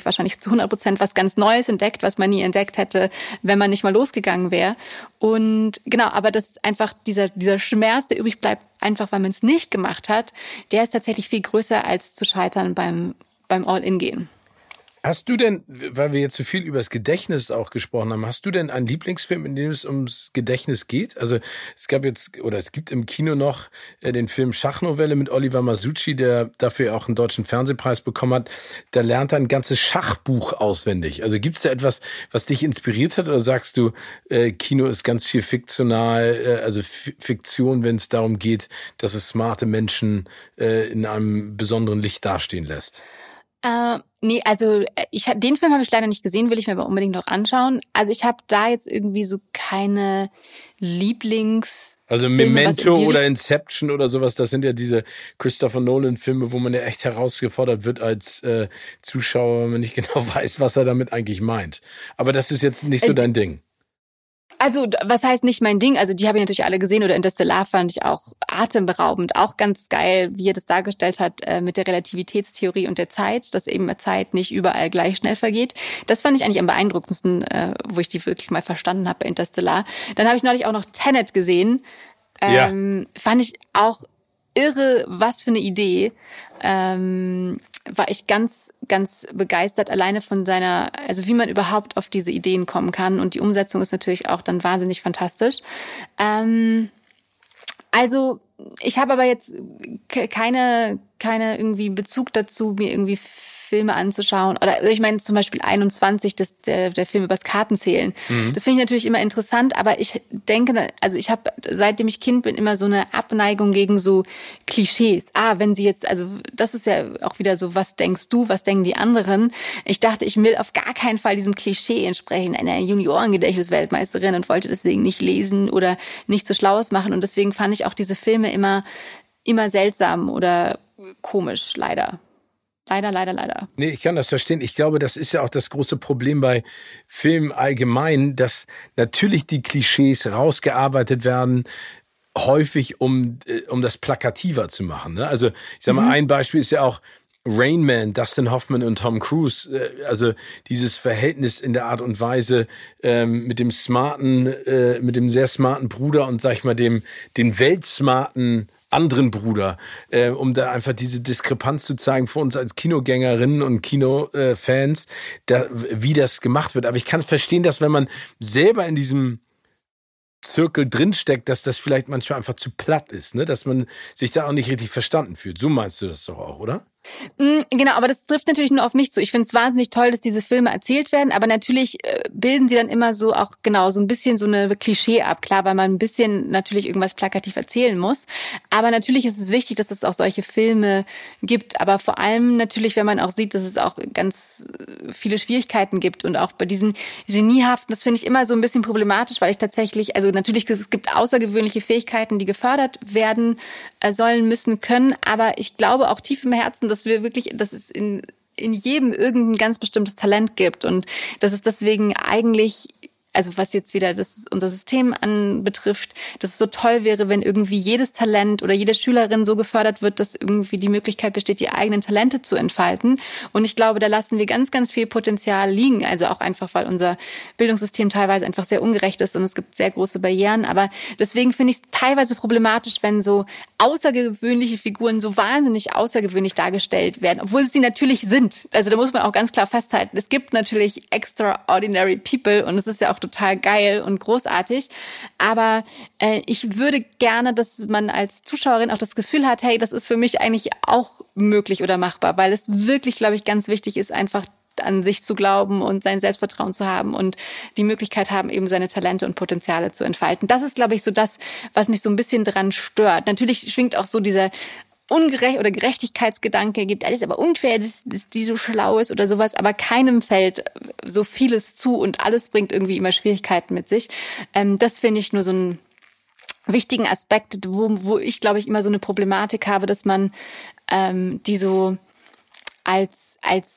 100% was ganz Neues entdeckt, was man nie entdeckt hätte, wenn man nicht mal losgegangen wäre. Und genau, aber das ist einfach dieser Schmerz, der übrig bleibt, einfach weil man es nicht gemacht hat, der ist tatsächlich viel größer als zu scheitern beim All-In-Gehen. Hast du denn, weil wir jetzt so viel über das Gedächtnis auch gesprochen haben, hast du denn einen Lieblingsfilm, in dem es ums Gedächtnis geht? Also es gibt im Kino noch den Film Schachnovelle mit Oliver Masucci, der dafür auch einen deutschen Fernsehpreis bekommen hat. Da lernt er ein ganzes Schachbuch auswendig. Also gibt es da etwas, was dich inspiriert hat, oder sagst du, Kino ist ganz viel fiktional, also Fiktion, wenn es darum geht, dass es smarte Menschen in einem besonderen Licht dastehen lässt? Nee, also den Film habe ich leider nicht gesehen, will ich mir aber unbedingt noch anschauen. Also ich habe da jetzt irgendwie so keine Lieblings... Also Memento oder Inception oder sowas, das sind ja diese Christopher Nolan-Filme, wo man ja echt herausgefordert wird als Zuschauer, wenn man nicht genau weiß, was er damit eigentlich meint. Aber das ist jetzt nicht so dein Ding. Also, was heißt nicht mein Ding? Also, die habe ich natürlich alle gesehen. Oder Interstellar fand ich auch atemberaubend, auch ganz geil, wie er das dargestellt hat mit der Relativitätstheorie und der Zeit, dass eben Zeit nicht überall gleich schnell vergeht. Das fand ich eigentlich am beeindruckendsten, wo ich die wirklich mal verstanden habe bei Interstellar. Dann habe ich neulich auch noch Tenet gesehen. Fand ich auch irre, was für eine Idee. War ich ganz, ganz begeistert alleine von seiner, also wie man überhaupt auf diese Ideen kommen kann. Und die Umsetzung ist natürlich auch dann wahnsinnig fantastisch. Also ich habe aber jetzt keine irgendwie Bezug dazu, mir irgendwie Filme anzuschauen. Oder also ich meine zum Beispiel 21, der Film über das Kartenzählen. Mhm. Das finde ich natürlich immer interessant, aber ich denke, also ich habe, seitdem ich Kind bin, immer so eine Abneigung gegen so Klischees. Wenn sie jetzt, also das ist ja auch wieder so, was denkst du, was denken die anderen? Ich dachte, ich will auf gar keinen Fall diesem Klischee entsprechen, einer Juniorengedächtnisweltmeisterin, und wollte deswegen nicht lesen oder nicht so Schlaues machen. Und deswegen fand ich auch diese Filme immer seltsam oder komisch, leider. Leider. Nee, ich kann das verstehen. Ich glaube, das ist ja auch das große Problem bei Filmen allgemein, dass natürlich die Klischees rausgearbeitet werden, häufig um das plakativer zu machen. Ne? Also ich sag mal, ein Beispiel ist ja auch Rain Man, Dustin Hoffman und Tom Cruise. Also dieses Verhältnis in der Art und Weise mit dem sehr smarten Bruder und sag ich mal den weltsmarten anderen Bruder, um da einfach diese Diskrepanz zu zeigen für uns als Kinogängerinnen und Kinofans, wie das gemacht wird. Aber ich kann verstehen, dass wenn man selber in diesem Zirkel drinsteckt, dass das vielleicht manchmal einfach zu platt ist, ne? Dass man sich da auch nicht richtig verstanden fühlt. So meinst du das doch auch, oder? Genau, aber das trifft natürlich nur auf mich zu. Ich finde es wahnsinnig toll, dass diese Filme erzählt werden, aber natürlich bilden sie dann immer so auch genau so ein bisschen so eine Klischee ab, klar, weil man ein bisschen natürlich irgendwas plakativ erzählen muss. Aber natürlich ist es wichtig, dass es auch solche Filme gibt. Aber vor allem natürlich, wenn man auch sieht, dass es auch ganz viele Schwierigkeiten gibt und auch bei diesen Geniehaften, das finde ich immer so ein bisschen problematisch, weil ich tatsächlich, also natürlich, es gibt außergewöhnliche Fähigkeiten, die gefördert werden sollen, müssen, können, aber ich glaube auch tief im Herzen, dass es in jedem irgendein ganz bestimmtes Talent gibt und dass es deswegen eigentlich, also was jetzt wieder unser System anbetrifft, dass es so toll wäre, wenn irgendwie jedes Talent oder jede Schülerin so gefördert wird, dass irgendwie die Möglichkeit besteht, die eigenen Talente zu entfalten. Und ich glaube, da lassen wir ganz, ganz viel Potenzial liegen. Also auch einfach, weil unser Bildungssystem teilweise einfach sehr ungerecht ist und es gibt sehr große Barrieren. Aber deswegen finde ich es teilweise problematisch, wenn so außergewöhnliche Figuren so wahnsinnig außergewöhnlich dargestellt werden, obwohl sie natürlich sind. Also da muss man auch ganz klar festhalten, es gibt natürlich extraordinary people und es ist ja auch total geil und großartig. Aber ich würde gerne, dass man als Zuschauerin auch das Gefühl hat, hey, das ist für mich eigentlich auch möglich oder machbar, weil es wirklich, glaube ich, ganz wichtig ist, einfach an sich zu glauben und sein Selbstvertrauen zu haben und die Möglichkeit haben, eben seine Talente und Potenziale zu entfalten. Das ist, glaube ich, so das, was mich so ein bisschen dran stört. Natürlich schwingt auch so dieser Gerechtigkeitsgedanke, gibt alles aber unfair, dass die so schlau ist oder sowas, aber keinem fällt so vieles zu und alles bringt irgendwie immer Schwierigkeiten mit sich. Das finde ich nur so einen wichtigen Aspekt, wo ich, glaube ich, immer so eine Problematik habe, dass man die so als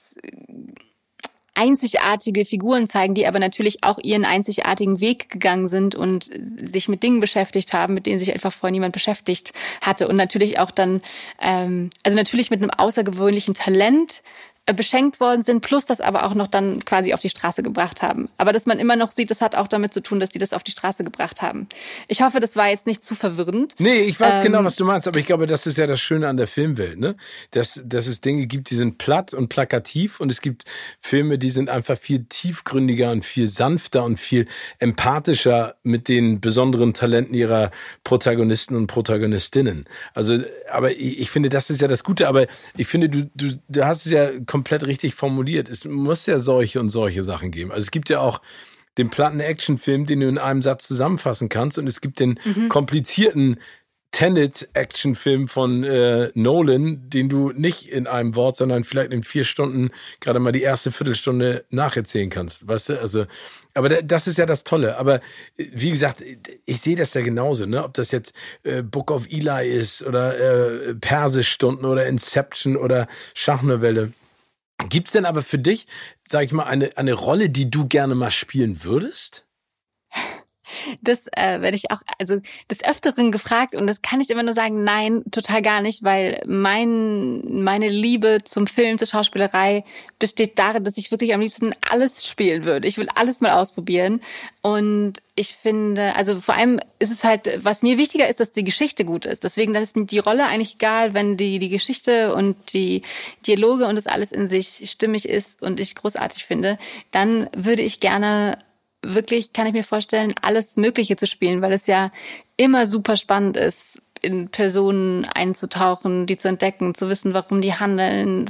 einzigartige Figuren zeigen, die aber natürlich auch ihren einzigartigen Weg gegangen sind und sich mit Dingen beschäftigt haben, mit denen sich einfach vorher niemand beschäftigt hatte und natürlich auch dann, also natürlich mit einem außergewöhnlichen Talent beschenkt worden sind, plus das aber auch noch dann quasi auf die Straße gebracht haben. Aber dass man immer noch sieht, das hat auch damit zu tun, dass die das auf die Straße gebracht haben. Ich hoffe, das war jetzt nicht zu verwirrend. Nee, ich weiß genau, was du meinst, aber ich glaube, das ist ja das Schöne an der Filmwelt, ne? Dass es Dinge gibt, die sind platt und plakativ und es gibt Filme, die sind einfach viel tiefgründiger und viel sanfter und viel empathischer mit den besonderen Talenten ihrer Protagonisten und Protagonistinnen. Also, aber ich finde, das ist ja das Gute, aber ich finde, du hast es ja komplett richtig formuliert. Es muss ja solche und solche Sachen geben. Also es gibt ja auch den platten Actionfilm, den du in einem Satz zusammenfassen kannst und es gibt den komplizierten Tenet-Actionfilm von Nolan, den du nicht in einem Wort, sondern vielleicht in 4 Stunden gerade mal die erste Viertelstunde nacherzählen kannst. Weißt du? Also, aber das ist ja das Tolle. Aber wie gesagt, ich sehe das ja genauso, ne? Ob das jetzt Book of Eli ist oder Persischstunden oder Inception oder Schachnovelle. Gibt's denn aber für dich, sag ich mal, eine Rolle, die du gerne mal spielen würdest? Das werde ich auch, also des Öfteren gefragt und das kann ich immer nur sagen, nein, total gar nicht, weil meine Liebe zum Film, zur Schauspielerei besteht darin, dass ich wirklich am liebsten alles spielen würde. Ich will alles mal ausprobieren und ich finde, also vor allem ist es halt, was mir wichtiger ist, dass die Geschichte gut ist. Deswegen ist mir die Rolle eigentlich egal, wenn die Geschichte und die Dialoge und das alles in sich stimmig ist und ich großartig finde, dann würde ich gerne wirklich, kann ich mir vorstellen, alles Mögliche zu spielen, weil es ja immer super spannend ist, in Personen einzutauchen, die zu entdecken, zu wissen, warum die handeln,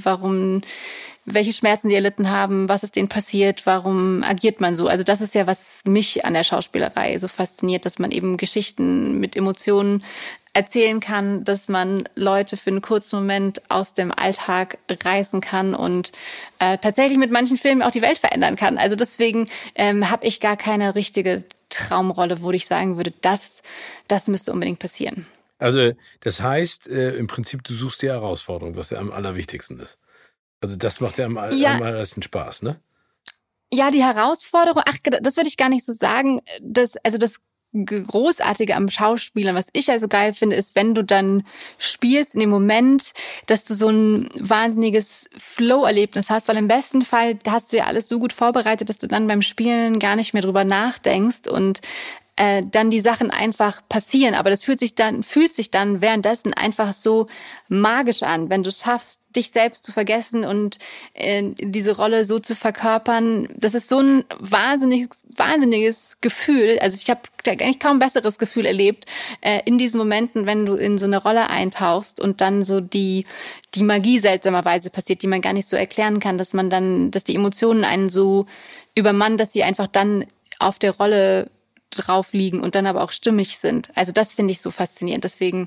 welche Schmerzen die erlitten haben, was ist denen passiert, warum agiert man so. Also das ist ja, was mich an der Schauspielerei so fasziniert, dass man eben Geschichten mit Emotionen erzählen kann, dass man Leute für einen kurzen Moment aus dem Alltag reißen kann und tatsächlich mit manchen Filmen auch die Welt verändern kann. Also deswegen habe ich gar keine richtige Traumrolle, wo ich sagen würde, das müsste unbedingt passieren. Also das heißt, im Prinzip, du suchst die Herausforderung, was ja am allerwichtigsten ist. Also das macht ja am allermeisten Spaß, ne? Ja, die Herausforderung, das würde ich gar nicht so sagen. Das Großartige am Schauspielern, was ich also geil finde, ist, wenn du dann spielst in dem Moment, dass du so ein wahnsinniges Flow-Erlebnis hast, weil im besten Fall hast du ja alles so gut vorbereitet, dass du dann beim Spielen gar nicht mehr drüber nachdenkst und dann die Sachen einfach passieren. Aber das fühlt sich dann währenddessen einfach so magisch an, wenn du es schaffst, dich selbst zu vergessen und diese Rolle so zu verkörpern. Das ist so ein wahnsinniges Gefühl. Also ich habe eigentlich kaum ein besseres Gefühl erlebt in diesen Momenten, wenn du in so eine Rolle eintauchst und dann so die Magie seltsamerweise passiert, die man gar nicht so erklären kann, dass die Emotionen einen so übermannen, dass sie einfach dann auf der Rolle drauf liegen und dann aber auch stimmig sind. Also das finde ich so faszinierend. Deswegen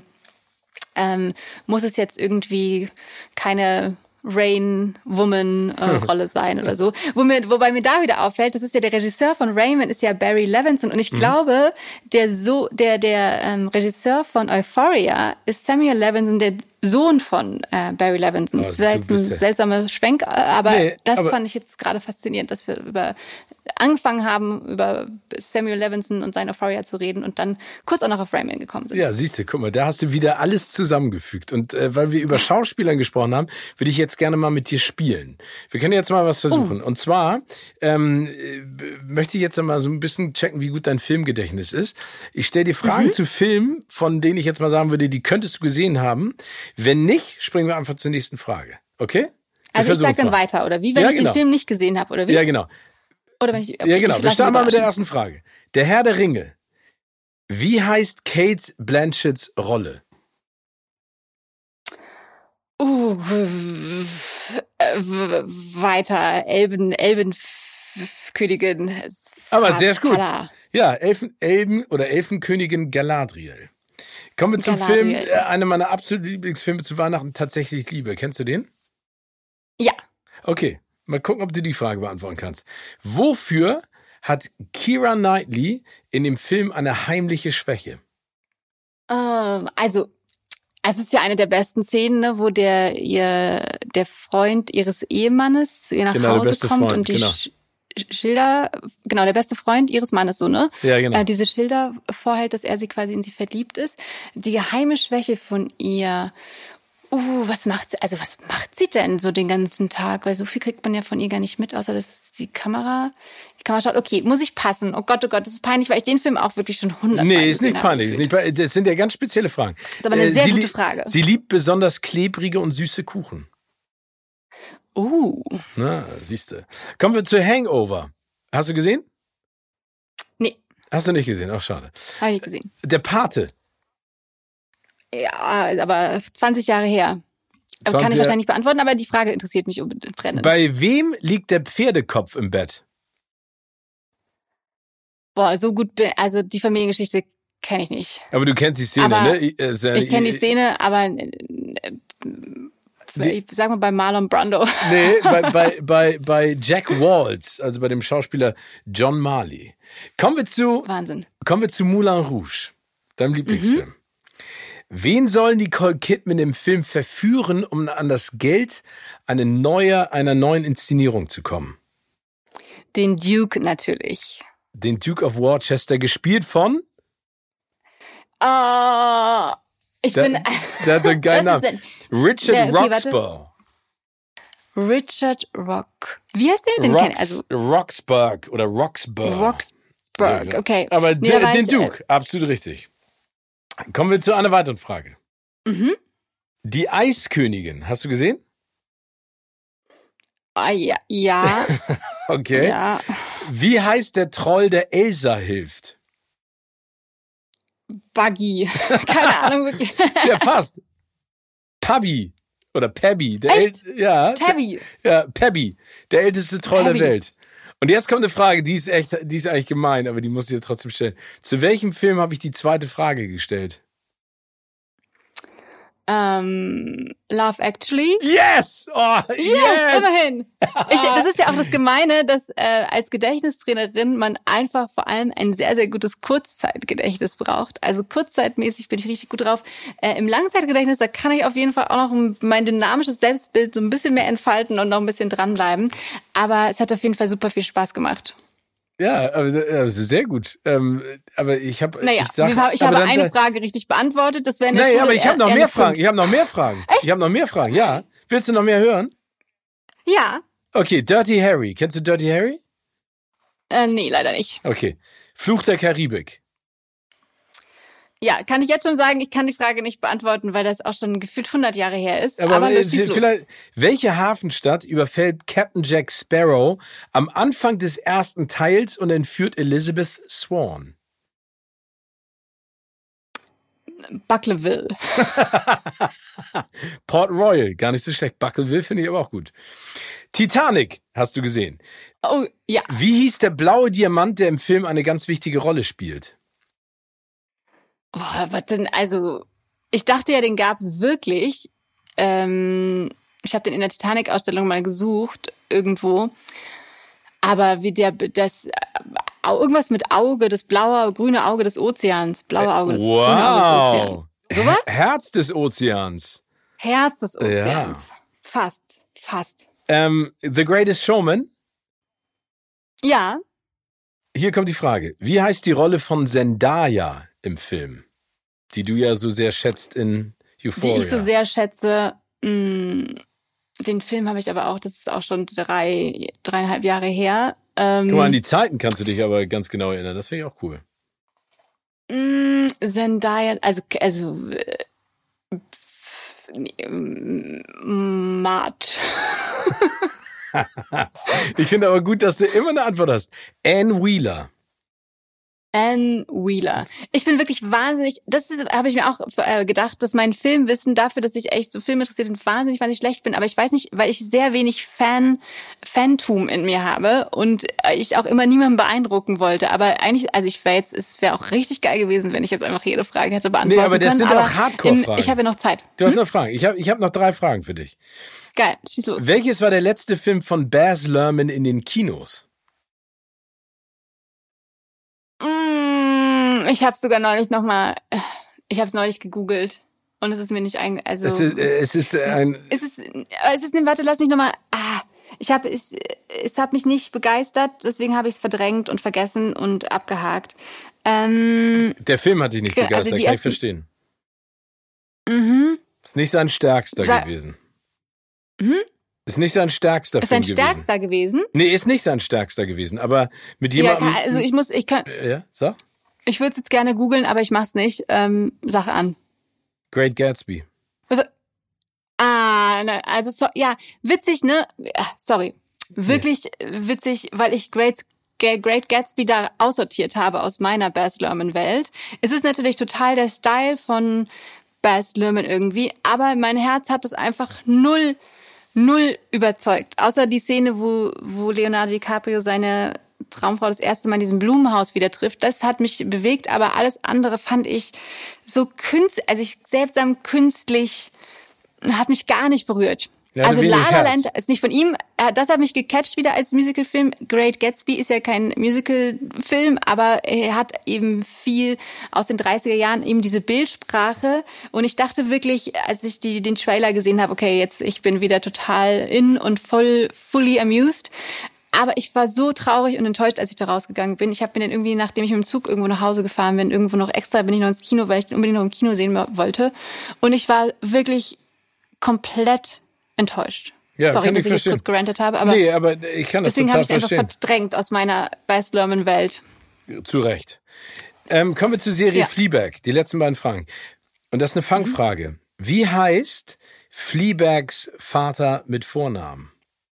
muss es jetzt irgendwie keine Rain-Woman-Rolle sein oder so. Wobei mir da wieder auffällt, das ist ja der Regisseur von Rain, ist ja Barry Levinson und ich glaube, der Regisseur von Euphoria ist Samuel Levinson, der Sohn von Barry Levinson. Das wäre jetzt ein seltsamer Schwenk, aber fand ich jetzt gerade faszinierend, dass wir angefangen haben, über Samuel Levinson und seine Euphoria zu reden und dann kurz auch noch auf Rayman gekommen sind. Ja, siehst du, guck mal, da hast du wieder alles zusammengefügt. Und weil wir über Schauspielern gesprochen haben, würde ich jetzt gerne mal mit dir spielen. Wir können jetzt mal was versuchen. Und zwar möchte ich jetzt mal so ein bisschen checken, wie gut dein Filmgedächtnis ist. Ich stelle dir Fragen zu Filmen, von denen ich jetzt mal sagen würde, die könntest du gesehen haben. Wenn nicht, springen wir einfach zur nächsten Frage. Okay? Also ich sag dann weiter, oder wie? Wenn ich den Film nicht gesehen habe, oder wie? Ja, genau. Oder wenn ich, ja, genau. Wir starten mal mit der ersten Frage. Der Herr der Ringe. Wie heißt Cate Blanchetts Rolle? Weiter. Elbenkönigin. Aber sehr gut. Ja, Elfenkönigin Galadriel. Kommen wir zum Film, einer meiner absoluten Lieblingsfilme zu Weihnachten, Tatsächlich Liebe. Kennst du den? Ja. Okay. Mal gucken, ob du die Frage beantworten kannst. Wofür hat Keira Knightley in dem Film eine heimliche Schwäche? Also es ist ja eine der besten Szenen, ne, wo der Freund ihres Ehemannes zu ihr nach Hause kommt und die Schilder, der beste Freund ihres Mannes, so, ne? Ja, genau. Diese Schilder vorhält, dass er quasi in sie verliebt ist. Die geheime Schwäche von ihr. Was macht sie denn so den ganzen Tag? Weil so viel kriegt man ja von ihr gar nicht mit, außer dass die Kamera schaut. Okay, muss ich passen? Oh Gott, das ist peinlich, weil ich den Film auch wirklich schon 100 Mal Nee, ist nicht peinlich. Das sind ja ganz spezielle Fragen. Das ist aber eine sehr gute Frage. Sie liebt besonders klebrige und süße Kuchen. Na, siehst du. Kommen wir zu Hangover. Hast du gesehen? Nee. Hast du nicht gesehen? Ach, schade. Habe ich gesehen. Der Pate. Ja, aber 20 Jahre her. Kann ich wahrscheinlich nicht beantworten, aber die Frage interessiert mich brennend. Bei wem liegt der Pferdekopf im Bett? Boah, so gut, also die Familiengeschichte kenne ich nicht. Aber du kennst die Szene, aber ne? Ich kenne die Szene, aber ich sag mal bei Marlon Brando. Nee, bei Jack Waltz, also bei dem Schauspieler John Marley. Wahnsinn. Kommen wir zu Moulin Rouge, deinem Lieblingsfilm. Wen soll Nicole Kidman im Film verführen, um an das Geld einer neuen Inszenierung zu kommen? Den Duke natürlich. Den Duke of Worcester, gespielt von? Der hat so einen geilen Namen. Richard Roxburgh. Richard Rock. Wie heißt der? Roxburgh oder Roxburgh. Roxburgh, okay. Aber den Duke, absolut richtig. Kommen wir zu einer weiteren Frage. Die Eiskönigin, hast du gesehen? Ja. Okay. Ja. Wie heißt der Troll, der Elsa hilft? Buggy. Keine Ahnung wirklich. Ja, fast. Pubby oder Pebby. Tabby. Pebby. Der älteste Troll der Welt. Und jetzt kommt eine Frage, die ist eigentlich gemein, aber die muss ich dir trotzdem stellen. Zu welchem Film habe ich die zweite Frage gestellt? Love Actually. Yes! Oh, yes! Immerhin. Das ist ja auch das Gemeine, dass als Gedächtnistrainerin man einfach vor allem ein sehr, sehr gutes Kurzzeitgedächtnis braucht. Also kurzzeitmäßig bin ich richtig gut drauf. Im Langzeitgedächtnis, da kann ich auf jeden Fall auch noch mein dynamisches Selbstbild so ein bisschen mehr entfalten und noch ein bisschen dranbleiben. Aber es hat auf jeden Fall super viel Spaß gemacht. Ja, aber das ist sehr gut. Aber ich habe eine Frage richtig beantwortet. Das wäre eine Schule, aber ich habe noch mehr Fragen. Ich habe noch mehr Fragen. Echt? Ich habe noch mehr Fragen. Ja. Willst du noch mehr hören? Ja. Okay, Dirty Harry. Kennst du Dirty Harry? Nee, leider nicht. Okay. Fluch der Karibik. Ja, kann ich jetzt schon sagen, ich kann die Frage nicht beantworten, weil das auch schon gefühlt 100 Jahre her ist. Aber welche Hafenstadt überfällt Captain Jack Sparrow am Anfang des ersten Teils und entführt Elizabeth Swann? Buckleville. Port Royal, gar nicht so schlecht. Buckleville finde ich aber auch gut. Titanic, hast du gesehen. Oh, ja. Wie hieß der blaue Diamant, der im Film eine ganz wichtige Rolle spielt? Boah, was denn? Also, ich dachte ja, den gab's wirklich. Ich habe den in der Titanic-Ausstellung mal gesucht, irgendwo. Aber irgendwas mit Auge, das grüne Auge des Ozeans. Blaue Auge des grüne Auge des Ozeans. Sowas? Herz des Ozeans. Herz des Ozeans. Ja. Fast. The Greatest Showman? Ja. Hier kommt die Frage. Wie heißt die Rolle von Zendaya im Film, die du ja so sehr schätzt in Euphoria? Die ich so sehr schätze. Den Film habe ich aber auch, das ist auch schon 3,5 Jahre her. Guck mal, an die Zeiten kannst du dich aber ganz genau erinnern. Das finde ich auch cool. Zendaya, Matt. Ich finde aber gut, dass du immer eine Antwort hast. Anne Wheeler. Anne Wheeler. Ich bin wirklich wahnsinnig, habe ich mir auch gedacht, dass mein Filmwissen dafür, dass ich echt so Film interessiert bin, wahnsinnig schlecht bin. Aber ich weiß nicht, weil ich sehr wenig Fantum in mir habe und ich auch immer niemanden beeindrucken wollte. Aber eigentlich, also es wäre auch richtig geil gewesen, wenn ich jetzt einfach jede Frage hätte beantworten können. Nee, aber das sind auch Hardcore-Fragen. Ich habe ja noch Zeit. Du hast noch Fragen. Ich hab noch 3 Fragen für dich. Geil, schieß los. Welches war der letzte Film von Baz Luhrmann in den Kinos? Ich habe sogar neulich ich habe es neulich gegoogelt und es ist mir nicht warte, lass mich nochmal, es hat mich nicht begeistert, deswegen habe ich es verdrängt und vergessen und abgehakt. Der Film hat dich nicht begeistert, kann ich verstehen. Ist nicht sein stärkster gewesen. Ist nicht sein stärkster Film gewesen. Ist sein stärkster gewesen? Nee, ist nicht sein stärkster gewesen, aber mit jemandem... Ja, also Ja, sag. Ich würde es jetzt gerne googeln, aber ich mach's nicht. Sache an. Great Gatsby. Witzig, ne? Sorry. Wirklich witzig, weil ich Great Gatsby da aussortiert habe aus meiner Baz Luhrmann-Welt. Es ist natürlich total der Style von Baz Luhrmann irgendwie, aber mein Herz hat es einfach null überzeugt. Außer die Szene, wo Leonardo DiCaprio seine Traumfrau das erste Mal in diesem Blumenhaus wieder trifft, das hat mich bewegt, aber alles andere fand ich so seltsam künstlich, hat mich gar nicht berührt. Ja, also La La Land ist nicht von ihm, das hat mich gecatcht wieder als Musicalfilm. Great Gatsby ist ja kein Musicalfilm, aber er hat eben viel aus den 30er Jahren, eben diese Bildsprache. Und ich dachte wirklich, als ich den Trailer gesehen habe, okay, jetzt ich bin wieder total in und fully amused. Aber ich war so traurig und enttäuscht, als ich da rausgegangen bin. Ich habe mir dann irgendwie, nachdem ich mit dem Zug irgendwo nach Hause gefahren bin, irgendwo noch extra bin ich noch ins Kino, weil ich den unbedingt noch im Kino sehen wollte. Und ich war wirklich komplett enttäuscht. Ja, sorry, dass ich jetzt kurz gerantet habe, aber, aber ich kann das deswegen total habe ich einfach verdrängt aus meiner Baz Luhrmann-Welt. Zu Recht. Kommen wir zur Serie Fleabag, die letzten beiden Fragen. Und das ist eine Fangfrage. Wie heißt Fleabags Vater mit Vornamen?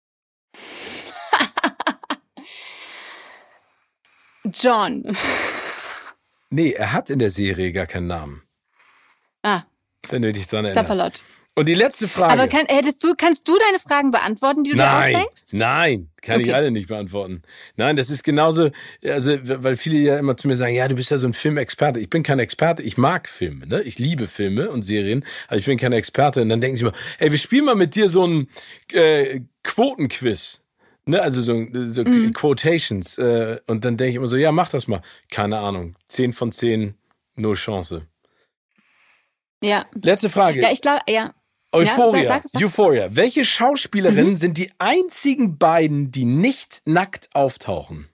John. Nee, er hat in der Serie gar keinen Namen. Wenn du dich dran erinnerst. Sapperlot. Und die letzte Frage. Aber kannst du deine Fragen beantworten, die du dir ausdenkst? Nein, kann ich alle nicht beantworten. Nein, das ist genauso, also, weil viele ja immer zu mir sagen, ja, du bist ja so ein Filmexperte. Ich bin kein Experte, ich mag Filme, ne? Ich liebe Filme und Serien, aber ich bin kein Experte. Und dann denken sie immer, ey, wir spielen mal mit dir so ein Quotenquiz. Ne, also so Quotations. Und dann denke ich immer so, ja, mach das mal. Keine Ahnung. 10 von 10, no Chance. Ja. Letzte Frage. Ja, ich glaube, ja. Euphoria. Ja, sag. Euphoria. Welche Schauspielerinnen sind die einzigen beiden, die nicht nackt auftauchen?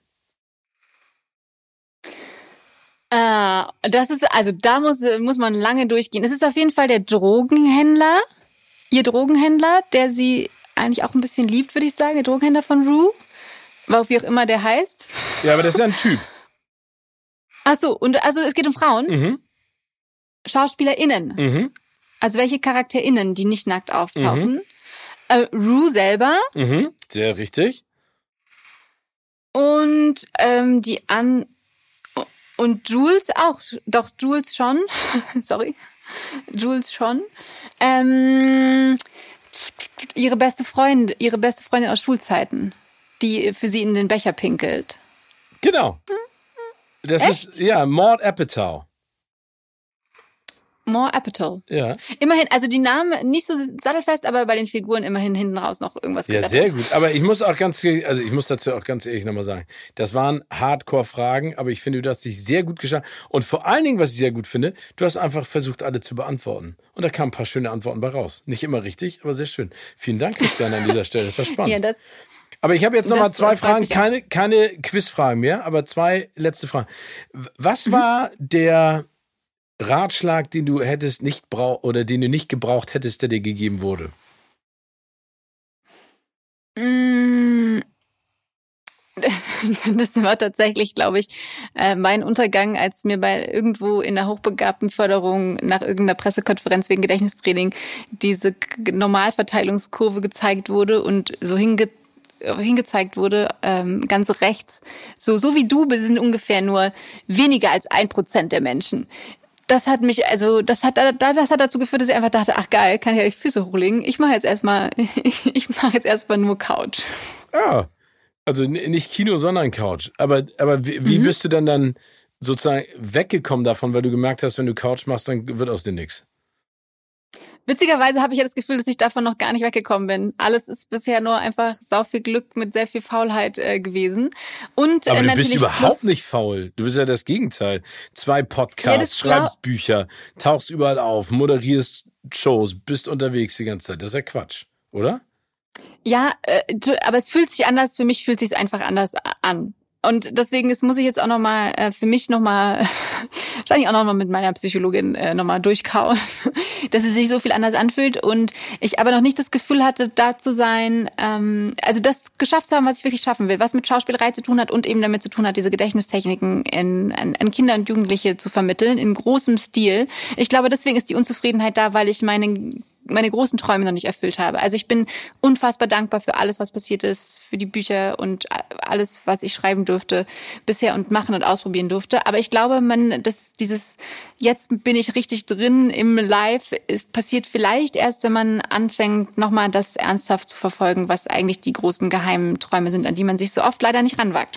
Das ist, also da muss man lange durchgehen. Es ist auf jeden Fall der Drogenhändler, ihr Drogenhändler, der sie eigentlich auch ein bisschen liebt, würde ich sagen, der Drogenhändler von Rue, wie auch immer der heißt. Ja, aber das ist ja ein Typ. Ach so, und also es geht um Frauen? SchauspielerInnen. Also welche CharakterInnen, die nicht nackt auftauchen. Rue selber. Sehr richtig. Und und Jules auch. Doch, Jules schon. Sorry. Jules schon. Ihre beste Freundin aus Schulzeiten, die für sie in den Becher pinkelt. Genau. Das Echt? ist, ja, Maud Apatow. More Apatow. Ja. Immerhin, also die Namen nicht so sattelfest, aber bei den Figuren immerhin hinten raus noch irgendwas gerettet. Ja, sehr gut. Aber ich muss dazu auch ganz ehrlich nochmal sagen, das waren Hardcore-Fragen, aber ich finde, du hast dich sehr gut geschafft. Und vor allen Dingen, was ich sehr gut finde, du hast einfach versucht, alle zu beantworten. Und da kamen ein paar schöne Antworten bei raus. Nicht immer richtig, aber sehr schön. Vielen Dank, Christian, an dieser Stelle. Das war spannend. Ja, aber ich habe jetzt nochmal 2 Fragen, keine Quizfragen mehr, aber 2 letzte Fragen. Was war der Ratschlag, den du hättest nicht den du nicht gebraucht hättest, der dir gegeben wurde? Das war tatsächlich, glaube ich, mein Untergang, als mir bei irgendwo in der Hochbegabtenförderung nach irgendeiner Pressekonferenz wegen Gedächtnistraining diese Normalverteilungskurve gezeigt wurde und so hingezeigt wurde, ganz rechts. So wie du sind ungefähr nur weniger als 1% der Menschen. Das hat mich, also, das hat dazu geführt, dass ich einfach dachte, ach geil, kann ich ja die Füße hochlegen. Ich mache jetzt erstmal nur Couch. Ja, also nicht Kino, sondern Couch. Aber wie bist du dann sozusagen weggekommen davon, weil du gemerkt hast, wenn du Couch machst, dann wird aus dir nichts? Witzigerweise habe ich ja das Gefühl, dass ich davon noch gar nicht weggekommen bin. Alles ist bisher nur einfach sau viel Glück mit sehr viel Faulheit gewesen. Und aber du bist überhaupt nicht faul. Du bist ja das Gegenteil. 2 Podcasts, schreibst Bücher, tauchst überall auf, moderierst Shows, bist unterwegs die ganze Zeit. Das ist ja Quatsch, oder? Ja, aber es fühlt sich anders. Für mich fühlt es sich einfach anders an. Und deswegen muss ich jetzt auch nochmal für mich wahrscheinlich auch nochmal mit meiner Psychologin nochmal durchkauen, dass es sich so viel anders anfühlt und ich aber noch nicht das Gefühl hatte, da zu sein, also das geschafft zu haben, was ich wirklich schaffen will, was mit Schauspielerei zu tun hat und eben damit zu tun hat, diese Gedächtnistechniken an Kinder und Jugendliche zu vermitteln, in großem Stil. Ich glaube, deswegen ist die Unzufriedenheit da, weil ich meine großen Träume noch nicht erfüllt habe. Also ich bin unfassbar dankbar für alles, was passiert ist, für die Bücher und alles, was ich schreiben durfte bisher und machen und ausprobieren durfte. Aber ich glaube, jetzt bin ich richtig drin im Live. Es passiert vielleicht erst, wenn man anfängt, nochmal das ernsthaft zu verfolgen, was eigentlich die großen geheimen Träume sind, an die man sich so oft leider nicht ranwagt.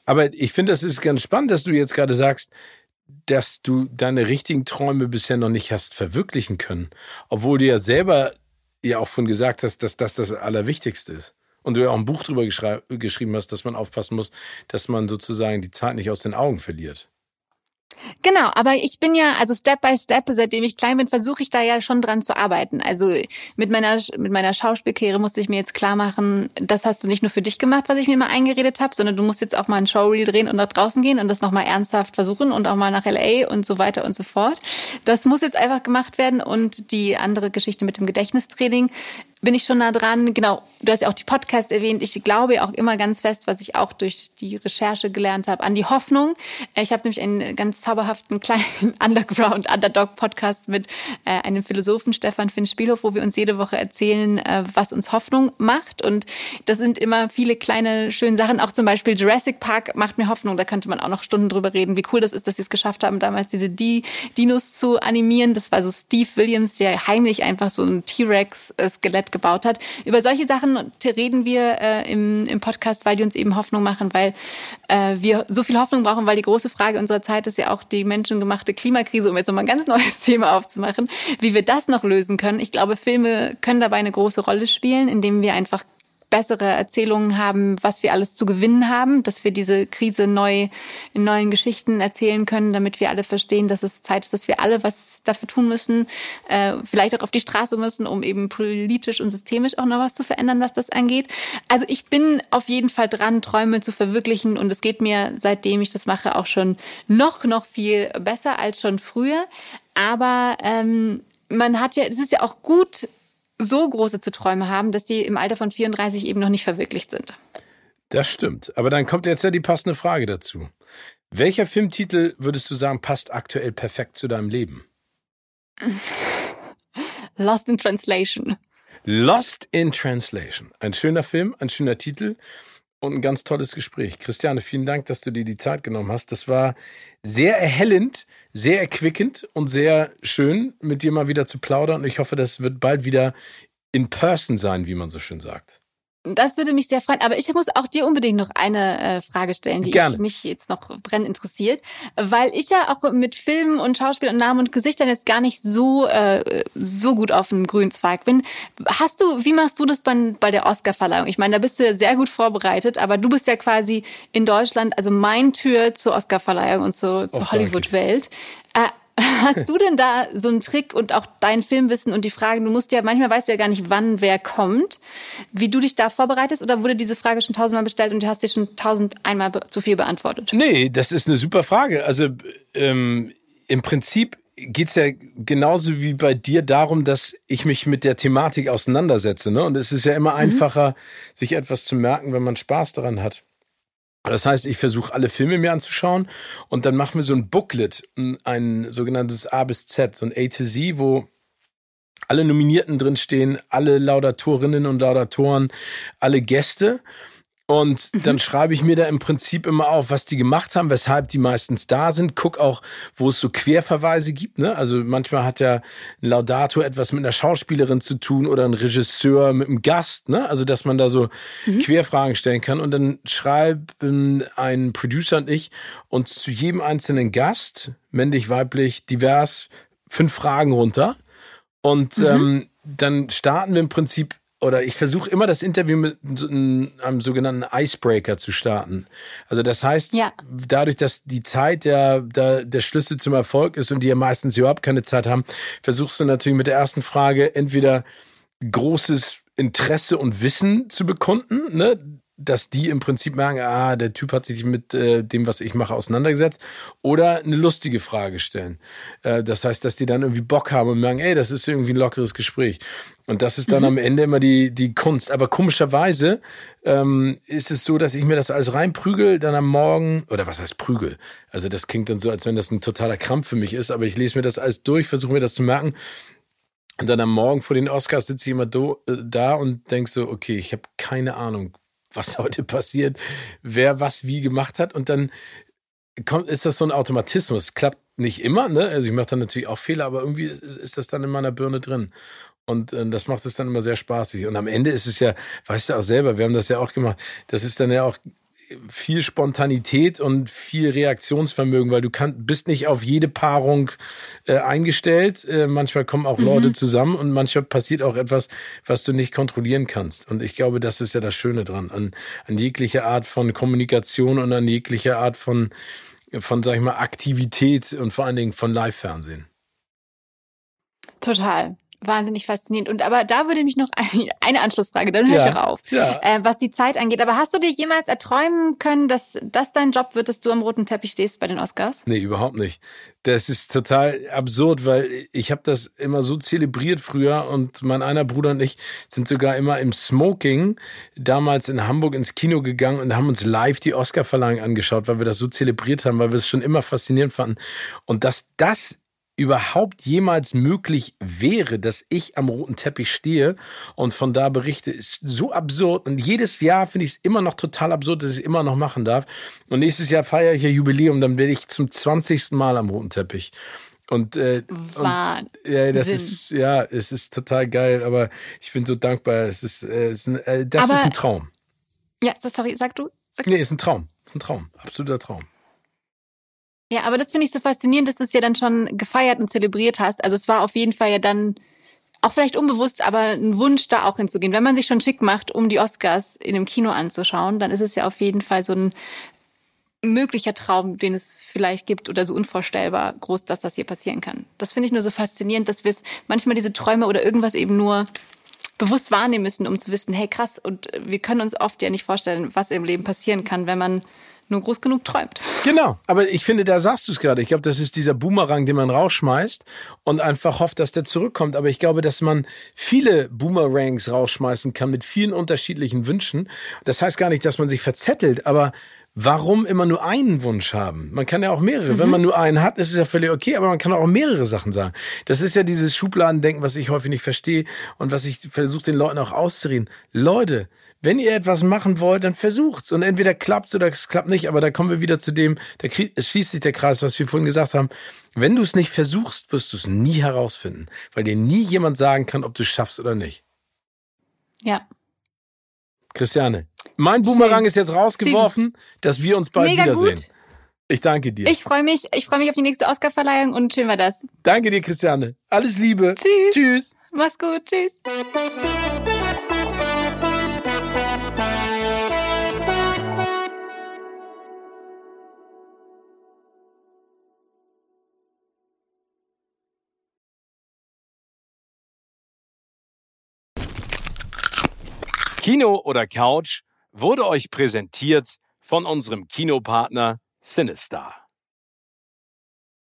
Aber ich finde, das ist ganz spannend, dass du jetzt gerade sagst, dass du deine richtigen Träume bisher noch nicht hast verwirklichen können. Obwohl du ja selber ja auch von gesagt hast, dass das Allerwichtigste ist. Und du ja auch ein Buch drüber geschrieben hast, dass man aufpassen muss, dass man sozusagen die Zeit nicht aus den Augen verliert. Genau, aber ich bin ja, also Step by Step, seitdem ich klein bin, versuche ich da ja schon dran zu arbeiten. Also mit meiner Schauspielkarriere musste ich mir jetzt klar machen, das hast du nicht nur für dich gemacht, was ich mir mal eingeredet habe, sondern du musst jetzt auch mal ein Showreel drehen und nach draußen gehen und das nochmal ernsthaft versuchen und auch mal nach LA und so weiter und so fort. Das muss jetzt einfach gemacht werden und die andere Geschichte mit dem Gedächtnistraining bin ich schon nah dran. Genau, du hast ja auch die Podcast erwähnt. Ich glaube auch immer ganz fest, was ich auch durch die Recherche gelernt habe, an die Hoffnung. Ich habe nämlich einen ganz zauberhaften kleinen Underdog-Podcast mit einem Philosophen, Stefan Finn-Spielhoff, wo wir uns jede Woche erzählen, was uns Hoffnung macht. Und das sind immer viele kleine, schöne Sachen. Auch zum Beispiel Jurassic Park macht mir Hoffnung. Da könnte man auch noch Stunden drüber reden, wie cool das ist, dass sie es geschafft haben, damals diese Dinos zu animieren. Das war so Steve Williams, der heimlich einfach so ein T-Rex-Skelett gebaut hat. Über solche Sachen reden wir im Podcast, weil die uns eben Hoffnung machen, weil wir so viel Hoffnung brauchen, weil die große Frage unserer Zeit ist ja auch die menschengemachte Klimakrise, um jetzt nochmal ein ganz neues Thema aufzumachen, wie wir das noch lösen können. Ich glaube, Filme können dabei eine große Rolle spielen, indem wir einfach bessere Erzählungen haben, was wir alles zu gewinnen haben, dass wir diese Krise in neuen Geschichten erzählen können, damit wir alle verstehen, dass es Zeit ist, dass wir alle was dafür tun müssen, vielleicht auch auf die Straße müssen, um eben politisch und systemisch auch noch was zu verändern, was das angeht. Also ich bin auf jeden Fall dran, Träume zu verwirklichen und es geht mir, seitdem ich das mache, auch schon noch viel besser als schon früher. Aber es ist ja auch gut, so große Träume haben, dass sie im Alter von 34 eben noch nicht verwirklicht sind. Das stimmt. Aber dann kommt jetzt ja die passende Frage dazu. Welcher Filmtitel würdest du sagen, passt aktuell perfekt zu deinem Leben? Lost in Translation. Lost in Translation. Ein schöner Film, ein schöner Titel und ein ganz tolles Gespräch. Christiane, vielen Dank, dass du dir die Zeit genommen hast. Das war sehr erhellend, sehr erquickend und sehr schön, mit dir mal wieder zu plaudern. Und ich hoffe, das wird bald wieder in person sein, wie man so schön sagt. Das würde mich sehr freuen. Aber ich muss auch dir unbedingt noch eine Frage stellen, die mich jetzt noch brennend interessiert. Weil ich ja auch mit Filmen und Schauspiel und Namen und Gesichtern jetzt gar nicht so gut auf dem grünen Zweig bin. Wie machst du das bei der Oscarverleihung? Ich meine, da bist du ja sehr gut vorbereitet, aber du bist ja quasi in Deutschland, also mein Tür zur Oscarverleihung und zur Hollywood-Welt. Hast du denn da so einen Trick und auch dein Filmwissen und die Fragen, manchmal weißt du ja gar nicht, wann wer kommt, wie du dich da vorbereitest, oder wurde diese Frage schon 1000-mal gestellt und du hast sie schon 1001-mal zu viel beantwortet? Nee, das ist eine super Frage. Also im Prinzip geht's ja genauso wie bei dir darum, dass ich mich mit der Thematik auseinandersetze, ne? Und es ist ja immer einfacher, sich etwas zu merken, wenn man Spaß daran hat. Das heißt, ich versuche alle Filme mir anzuschauen und dann machen wir so ein Booklet, ein sogenanntes A bis Z, so ein A to Z, wo alle Nominierten drinstehen, alle Laudatorinnen und Laudatoren, alle Gäste. Und dann schreibe ich mir da im Prinzip immer auf, was die gemacht haben, weshalb die meistens da sind. Guck auch, wo es so Querverweise gibt, ne? Also manchmal hat ja ein Laudator etwas mit einer Schauspielerin zu tun oder ein Regisseur mit einem Gast, ne? Also dass man da so Querfragen stellen kann. Und dann schreiben ein Producer und ich uns zu jedem einzelnen Gast, männlich, weiblich, divers, 5 Fragen runter. Und dann starten wir im Prinzip, oder ich versuche immer das Interview mit einem sogenannten Icebreaker zu starten. Also das heißt, dadurch, dass die Zeit der Schlüssel zum Erfolg ist und die ja meistens überhaupt keine Zeit haben, versuchst du natürlich mit der ersten Frage entweder großes Interesse und Wissen zu bekunden, ne? Dass die im Prinzip merken, der Typ hat sich mit dem, was ich mache, auseinandergesetzt, oder eine lustige Frage stellen. Das heißt, dass die dann irgendwie Bock haben und merken, das ist irgendwie ein lockeres Gespräch. Und das ist dann am Ende immer die Kunst. Aber komischerweise ist es so, dass ich mir das alles reinprügel, dann am Morgen, oder was heißt Prügel? Also das klingt dann so, als wenn das ein totaler Krampf für mich ist, aber ich lese mir das alles durch, versuche mir das zu merken. Und dann am Morgen vor den Oscars sitze ich immer da und denk so, okay, ich habe keine Ahnung, was heute passiert, wer was wie gemacht hat, und dann ist das so ein Automatismus. Klappt nicht immer, ne? Also ich mache dann natürlich auch Fehler, aber irgendwie ist das dann in meiner Birne drin. Und das macht es dann immer sehr spaßig. Und am Ende ist es ja, weißt du auch selber, wir haben das ja auch gemacht, das ist dann ja auch viel Spontanität und viel Reaktionsvermögen, weil du bist nicht auf jede Paarung eingestellt. Manchmal kommen auch Leute zusammen und manchmal passiert auch etwas, was du nicht kontrollieren kannst. Und ich glaube, das ist ja das Schöne dran, an jeglicher Art von Kommunikation und an jeglicher Art von, sag ich mal, Aktivität und vor allen Dingen von Live-Fernsehen. Total. Wahnsinnig faszinierend. Aber da würde mich noch eine Anschlussfrage, dann höre ich auch auf, was die Zeit angeht. Aber hast du dir jemals erträumen können, dass das dein Job wird, dass du am roten Teppich stehst bei den Oscars? Nee, überhaupt nicht. Das ist total absurd, weil ich habe das immer so zelebriert früher und mein einer Bruder und ich sind sogar immer im Smoking damals in Hamburg ins Kino gegangen und haben uns live die Oscarverleihung angeschaut, weil wir das so zelebriert haben, weil wir es schon immer faszinierend fanden. Und dass das überhaupt jemals möglich wäre, dass ich am roten Teppich stehe und von da berichte, ist so absurd. Und jedes Jahr finde ich es immer noch total absurd, dass ich es immer noch machen darf. Und nächstes Jahr feiere ich ja Jubiläum, dann werde ich zum 20. Mal am roten Teppich. Und es ist total geil, aber ich bin so dankbar. Das ist ein Traum. Ja, sorry, sag du. Nee, ist ein Traum. Ein Traum. Absoluter Traum. Ja, aber das finde ich so faszinierend, dass du es ja dann schon gefeiert und zelebriert hast. Also es war auf jeden Fall ja dann auch vielleicht unbewusst, aber ein Wunsch, da auch hinzugehen. Wenn man sich schon schick macht, um die Oscars in einem Kino anzuschauen, dann ist es ja auf jeden Fall so ein möglicher Traum, den es vielleicht gibt oder so unvorstellbar groß, dass das hier passieren kann. Das finde ich nur so faszinierend, dass wir es manchmal diese Träume oder irgendwas eben nur bewusst wahrnehmen müssen, um zu wissen, hey krass, und wir können uns oft ja nicht vorstellen, was im Leben passieren kann, wenn man nur groß genug träumt. Genau, aber ich finde, da sagst du es gerade. Ich glaube, das ist dieser Boomerang, den man rausschmeißt und einfach hofft, dass der zurückkommt. Aber ich glaube, dass man viele Boomerangs rausschmeißen kann mit vielen unterschiedlichen Wünschen. Das heißt gar nicht, dass man sich verzettelt, aber warum immer nur einen Wunsch haben? Man kann ja auch mehrere. Wenn man nur einen hat, ist es ja völlig okay, aber man kann auch mehrere Sachen sagen. Das ist ja dieses Schubladendenken, was ich häufig nicht verstehe und was ich versuche, den Leuten auch auszureden. Leute, wenn ihr etwas machen wollt, dann versucht's. Und entweder klappt's oder es klappt nicht. Aber da kommen wir wieder zu dem, es schließt sich der Kreis, was wir vorhin gesagt haben. Wenn du es nicht versuchst, wirst du es nie herausfinden. Weil dir nie jemand sagen kann, ob du es schaffst oder nicht. Ja. Christiane, mein Boomerang ist jetzt rausgeworfen, dass wir uns bald wiedersehen. Gut. Ich danke dir. Ich freue mich auf die nächste Oscarverleihung und schön war das. Danke dir, Christiane. Alles Liebe. Tschüss. Tschüss. Mach's gut. Tschüss. Kino oder Couch wurde euch präsentiert von unserem Kinopartner Cinestar.